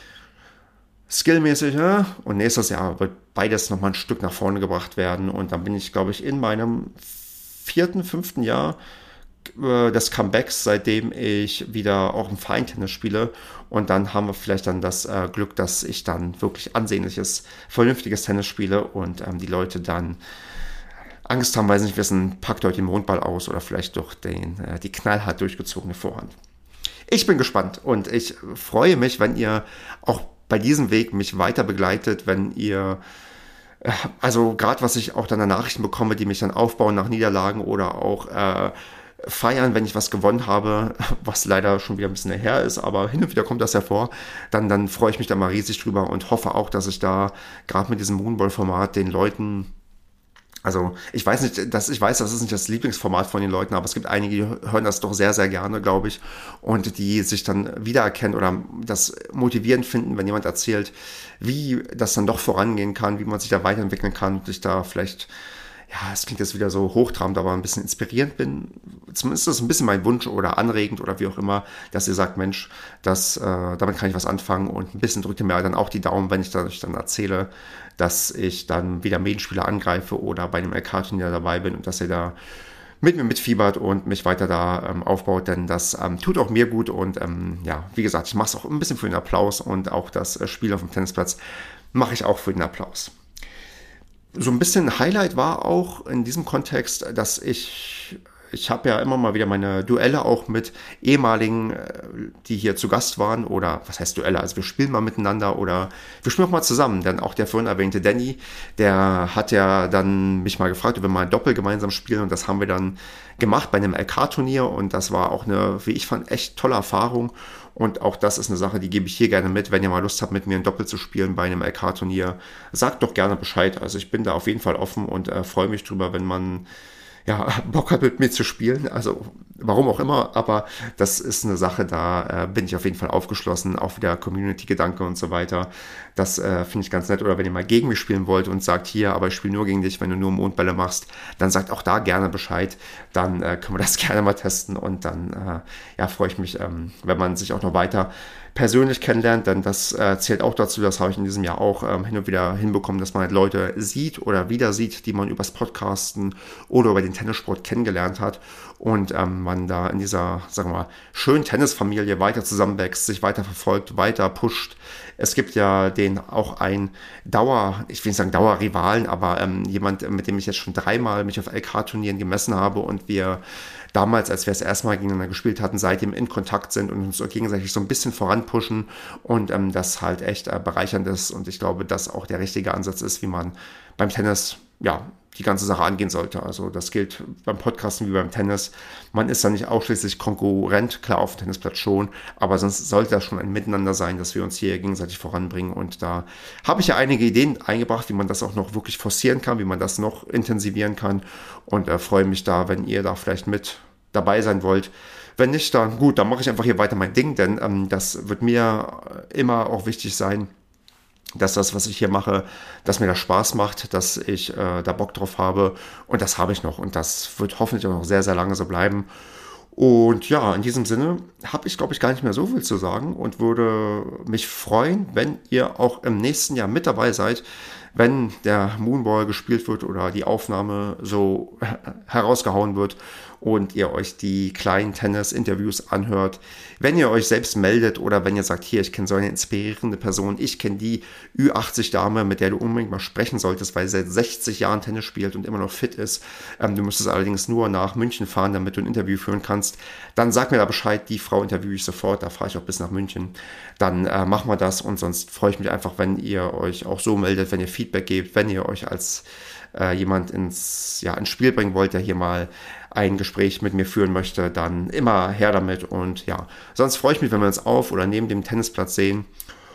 Skillmäßig, ja, und nächstes Jahr wird beides nochmal ein Stück nach vorne gebracht werden und dann bin ich, glaube ich, in meinem vierten, fünften Jahr äh, des Comebacks, seitdem ich wieder auch im Verein Tennis spiele und dann haben wir vielleicht dann das äh, Glück, dass ich dann wirklich ansehnliches, vernünftiges Tennis spiele und ähm, die Leute dann Angst haben, weil sie nicht wissen, packt euch den Mondball aus oder vielleicht doch den, äh, die knallhart durchgezogene Vorhand. Ich bin gespannt und ich freue mich, wenn ihr auch bei diesem Weg mich weiter begleitet, wenn ihr, also gerade was ich auch dann an Nachrichten bekomme, die mich dann aufbauen nach Niederlagen oder auch äh, feiern, wenn ich was gewonnen habe, was leider schon wieder ein bisschen her ist, aber hin und wieder kommt das hervor, dann, dann freue ich mich da mal riesig drüber und hoffe auch, dass ich da gerade mit diesem Moonball-Format den Leuten, also ich weiß nicht, dass ich weiß, das ist nicht das Lieblingsformat von den Leuten, aber es gibt einige, die hören das doch sehr, sehr gerne, glaube ich, und die sich dann wiedererkennen oder das motivierend finden, wenn jemand erzählt, wie das dann doch vorangehen kann, wie man sich da weiterentwickeln kann und sich da vielleicht, ja, es klingt jetzt wieder so hochtrabend, aber ein bisschen inspirierend bin. Zumindest ist das ein bisschen mein Wunsch oder anregend oder wie auch immer, dass ihr sagt, Mensch, das, äh, damit kann ich was anfangen und ein bisschen drückt ihr mir dann auch die Daumen, wenn ich dann, ich dann erzähle, dass ich dann wieder Medienspieler angreife oder bei einem L K-Turnier dabei bin und dass ihr da mit mir mitfiebert und mich weiter da ähm, aufbaut, denn das ähm, tut auch mir gut und ähm, ja, wie gesagt, ich mache es auch ein bisschen für den Applaus und auch das äh, Spiel auf dem Tennisplatz mache ich auch für den Applaus. So ein bisschen Highlight war auch in diesem Kontext, dass ich, ich habe ja immer mal wieder meine Duelle auch mit ehemaligen, die hier zu Gast waren oder was heißt Duelle, also wir spielen mal miteinander oder wir spielen auch mal zusammen, denn auch der vorhin erwähnte Danny, der hat ja dann mich mal gefragt, ob wir mal ein Doppel gemeinsam spielen und das haben wir dann gemacht bei einem L K-Turnier und das war auch eine, wie ich fand, echt tolle Erfahrung. Und auch das ist eine Sache, die gebe ich hier gerne mit. Wenn ihr mal Lust habt, mit mir ein Doppel zu spielen bei einem L K-Turnier, sagt doch gerne Bescheid. Also ich bin da auf jeden Fall offen und äh, freue mich drüber, wenn man ja, Bock hat, mit mir zu spielen. Also warum auch immer, aber das ist eine Sache, da äh, bin ich auf jeden Fall aufgeschlossen. Auch wieder Community-Gedanke und so weiter. Das äh, finde ich ganz nett. Oder wenn ihr mal gegen mich spielen wollt und sagt, hier, aber ich spiele nur gegen dich, wenn du nur Mondbälle machst, dann sagt auch da gerne Bescheid. Dann äh, können wir das gerne mal testen und dann äh, ja, freue ich mich, ähm, wenn man sich auch noch weiter persönlich kennenlernt, denn das äh, zählt auch dazu, das habe ich in diesem Jahr auch ähm, hin und wieder hinbekommen, dass man halt Leute sieht oder wieder sieht, die man übers Podcasten oder über den Tennissport kennengelernt hat und ähm, man da in dieser, sagen wir mal, schönen Tennisfamilie weiter zusammenwächst, sich weiter verfolgt, weiter pusht. Es gibt ja den auch ein Dauer, ich will nicht sagen Dauerrivalen, aber ähm, jemand, mit dem ich jetzt schon dreimal mich auf L K-Turnieren gemessen habe und wir damals, als wir es erstmal gegeneinander gespielt hatten, seitdem in Kontakt sind und uns so gegenseitig so ein bisschen voranpushen und ähm, das halt echt äh, bereichernd ist und ich glaube, dass auch der richtige Ansatz ist, wie man beim Tennis, ja, die ganze Sache angehen sollte. Also das gilt beim Podcasten wie beim Tennis. Man ist da nicht ausschließlich Konkurrent, klar auf dem Tennisplatz schon, aber sonst sollte das schon ein Miteinander sein, dass wir uns hier gegenseitig voranbringen. Und da habe ich ja einige Ideen eingebracht, wie man das auch noch wirklich forcieren kann, wie man das noch intensivieren kann und äh, freue mich da, wenn ihr da vielleicht mit dabei sein wollt. Wenn nicht, dann gut, dann mache ich einfach hier weiter mein Ding, denn ähm, das wird mir immer auch wichtig sein, dass das, was ich hier mache, dass mir das Spaß macht, dass ich äh, da Bock drauf habe und das habe ich noch und das wird hoffentlich auch noch sehr, sehr lange so bleiben. Und ja, in diesem Sinne habe ich, glaube ich, gar nicht mehr so viel zu sagen und würde mich freuen, wenn ihr auch im nächsten Jahr mit dabei seid, wenn der Moonball gespielt wird oder die Aufnahme so herausgehauen wird und ihr euch die kleinen Tennis-Interviews anhört. Wenn ihr euch selbst meldet oder wenn ihr sagt, hier, ich kenne so eine inspirierende Person, ich kenne die Ü achtzig Dame, mit der du unbedingt mal sprechen solltest, weil sie seit sechzig Jahren Tennis spielt und immer noch fit ist. Ähm, du müsstest allerdings nur nach München fahren, damit du ein Interview führen kannst. Dann sag mir da Bescheid, die Frau interviewe ich sofort, da fahre ich auch bis nach München. Dann äh, machen wir das und sonst freue ich mich einfach, wenn ihr euch auch so meldet, wenn ihr Feedback gebt, wenn ihr euch als äh, jemand ins, ja, ins Spiel bringen wollt, der hier mal ein Gespräch mit mir führen möchte, dann immer her damit und ja, sonst freue ich mich, wenn wir uns auf oder neben dem Tennisplatz sehen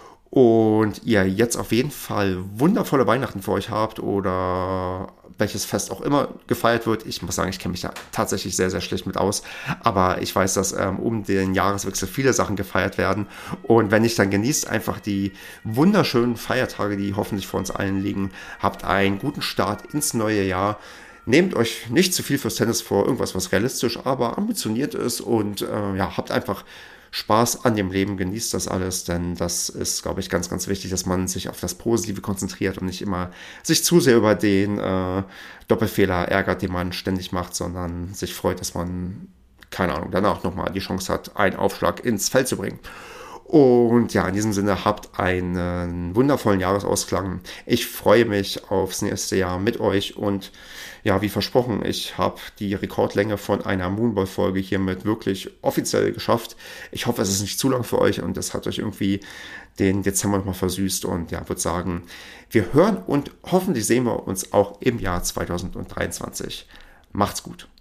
und ihr jetzt auf jeden Fall wundervolle Weihnachten für euch habt oder welches Fest auch immer gefeiert wird. Ich muss sagen, ich kenne mich da tatsächlich sehr, sehr schlecht mit aus, aber ich weiß, dass ähm, um den Jahreswechsel viele Sachen gefeiert werden und wenn nicht, dann genießt einfach die wunderschönen Feiertage, die hoffentlich vor uns allen liegen. Habt einen guten Start ins neue Jahr. Nehmt euch nicht zu viel fürs Tennis vor, irgendwas, was realistisch, aber ambitioniert ist und äh, ja, habt einfach Spaß an dem Leben, genießt das alles, denn das ist, glaube ich, ganz, ganz wichtig, dass man sich auf das Positive konzentriert und nicht immer sich zu sehr über den äh, Doppelfehler ärgert, den man ständig macht, sondern sich freut, dass man, keine Ahnung, danach nochmal die Chance hat, einen Aufschlag ins Feld zu bringen. Und ja, in diesem Sinne habt einen wundervollen Jahresausklang. Ich freue mich aufs nächste Jahr mit euch und ja, wie versprochen, ich habe die Rekordlänge von einer Moonball-Folge hiermit wirklich offiziell geschafft. Ich hoffe, es ist nicht zu lang für euch und das hat euch irgendwie den Dezember nochmal versüßt und ja, würde sagen, wir hören und hoffentlich sehen wir uns auch im Jahr zwanzig dreiundzwanzig. Macht's gut.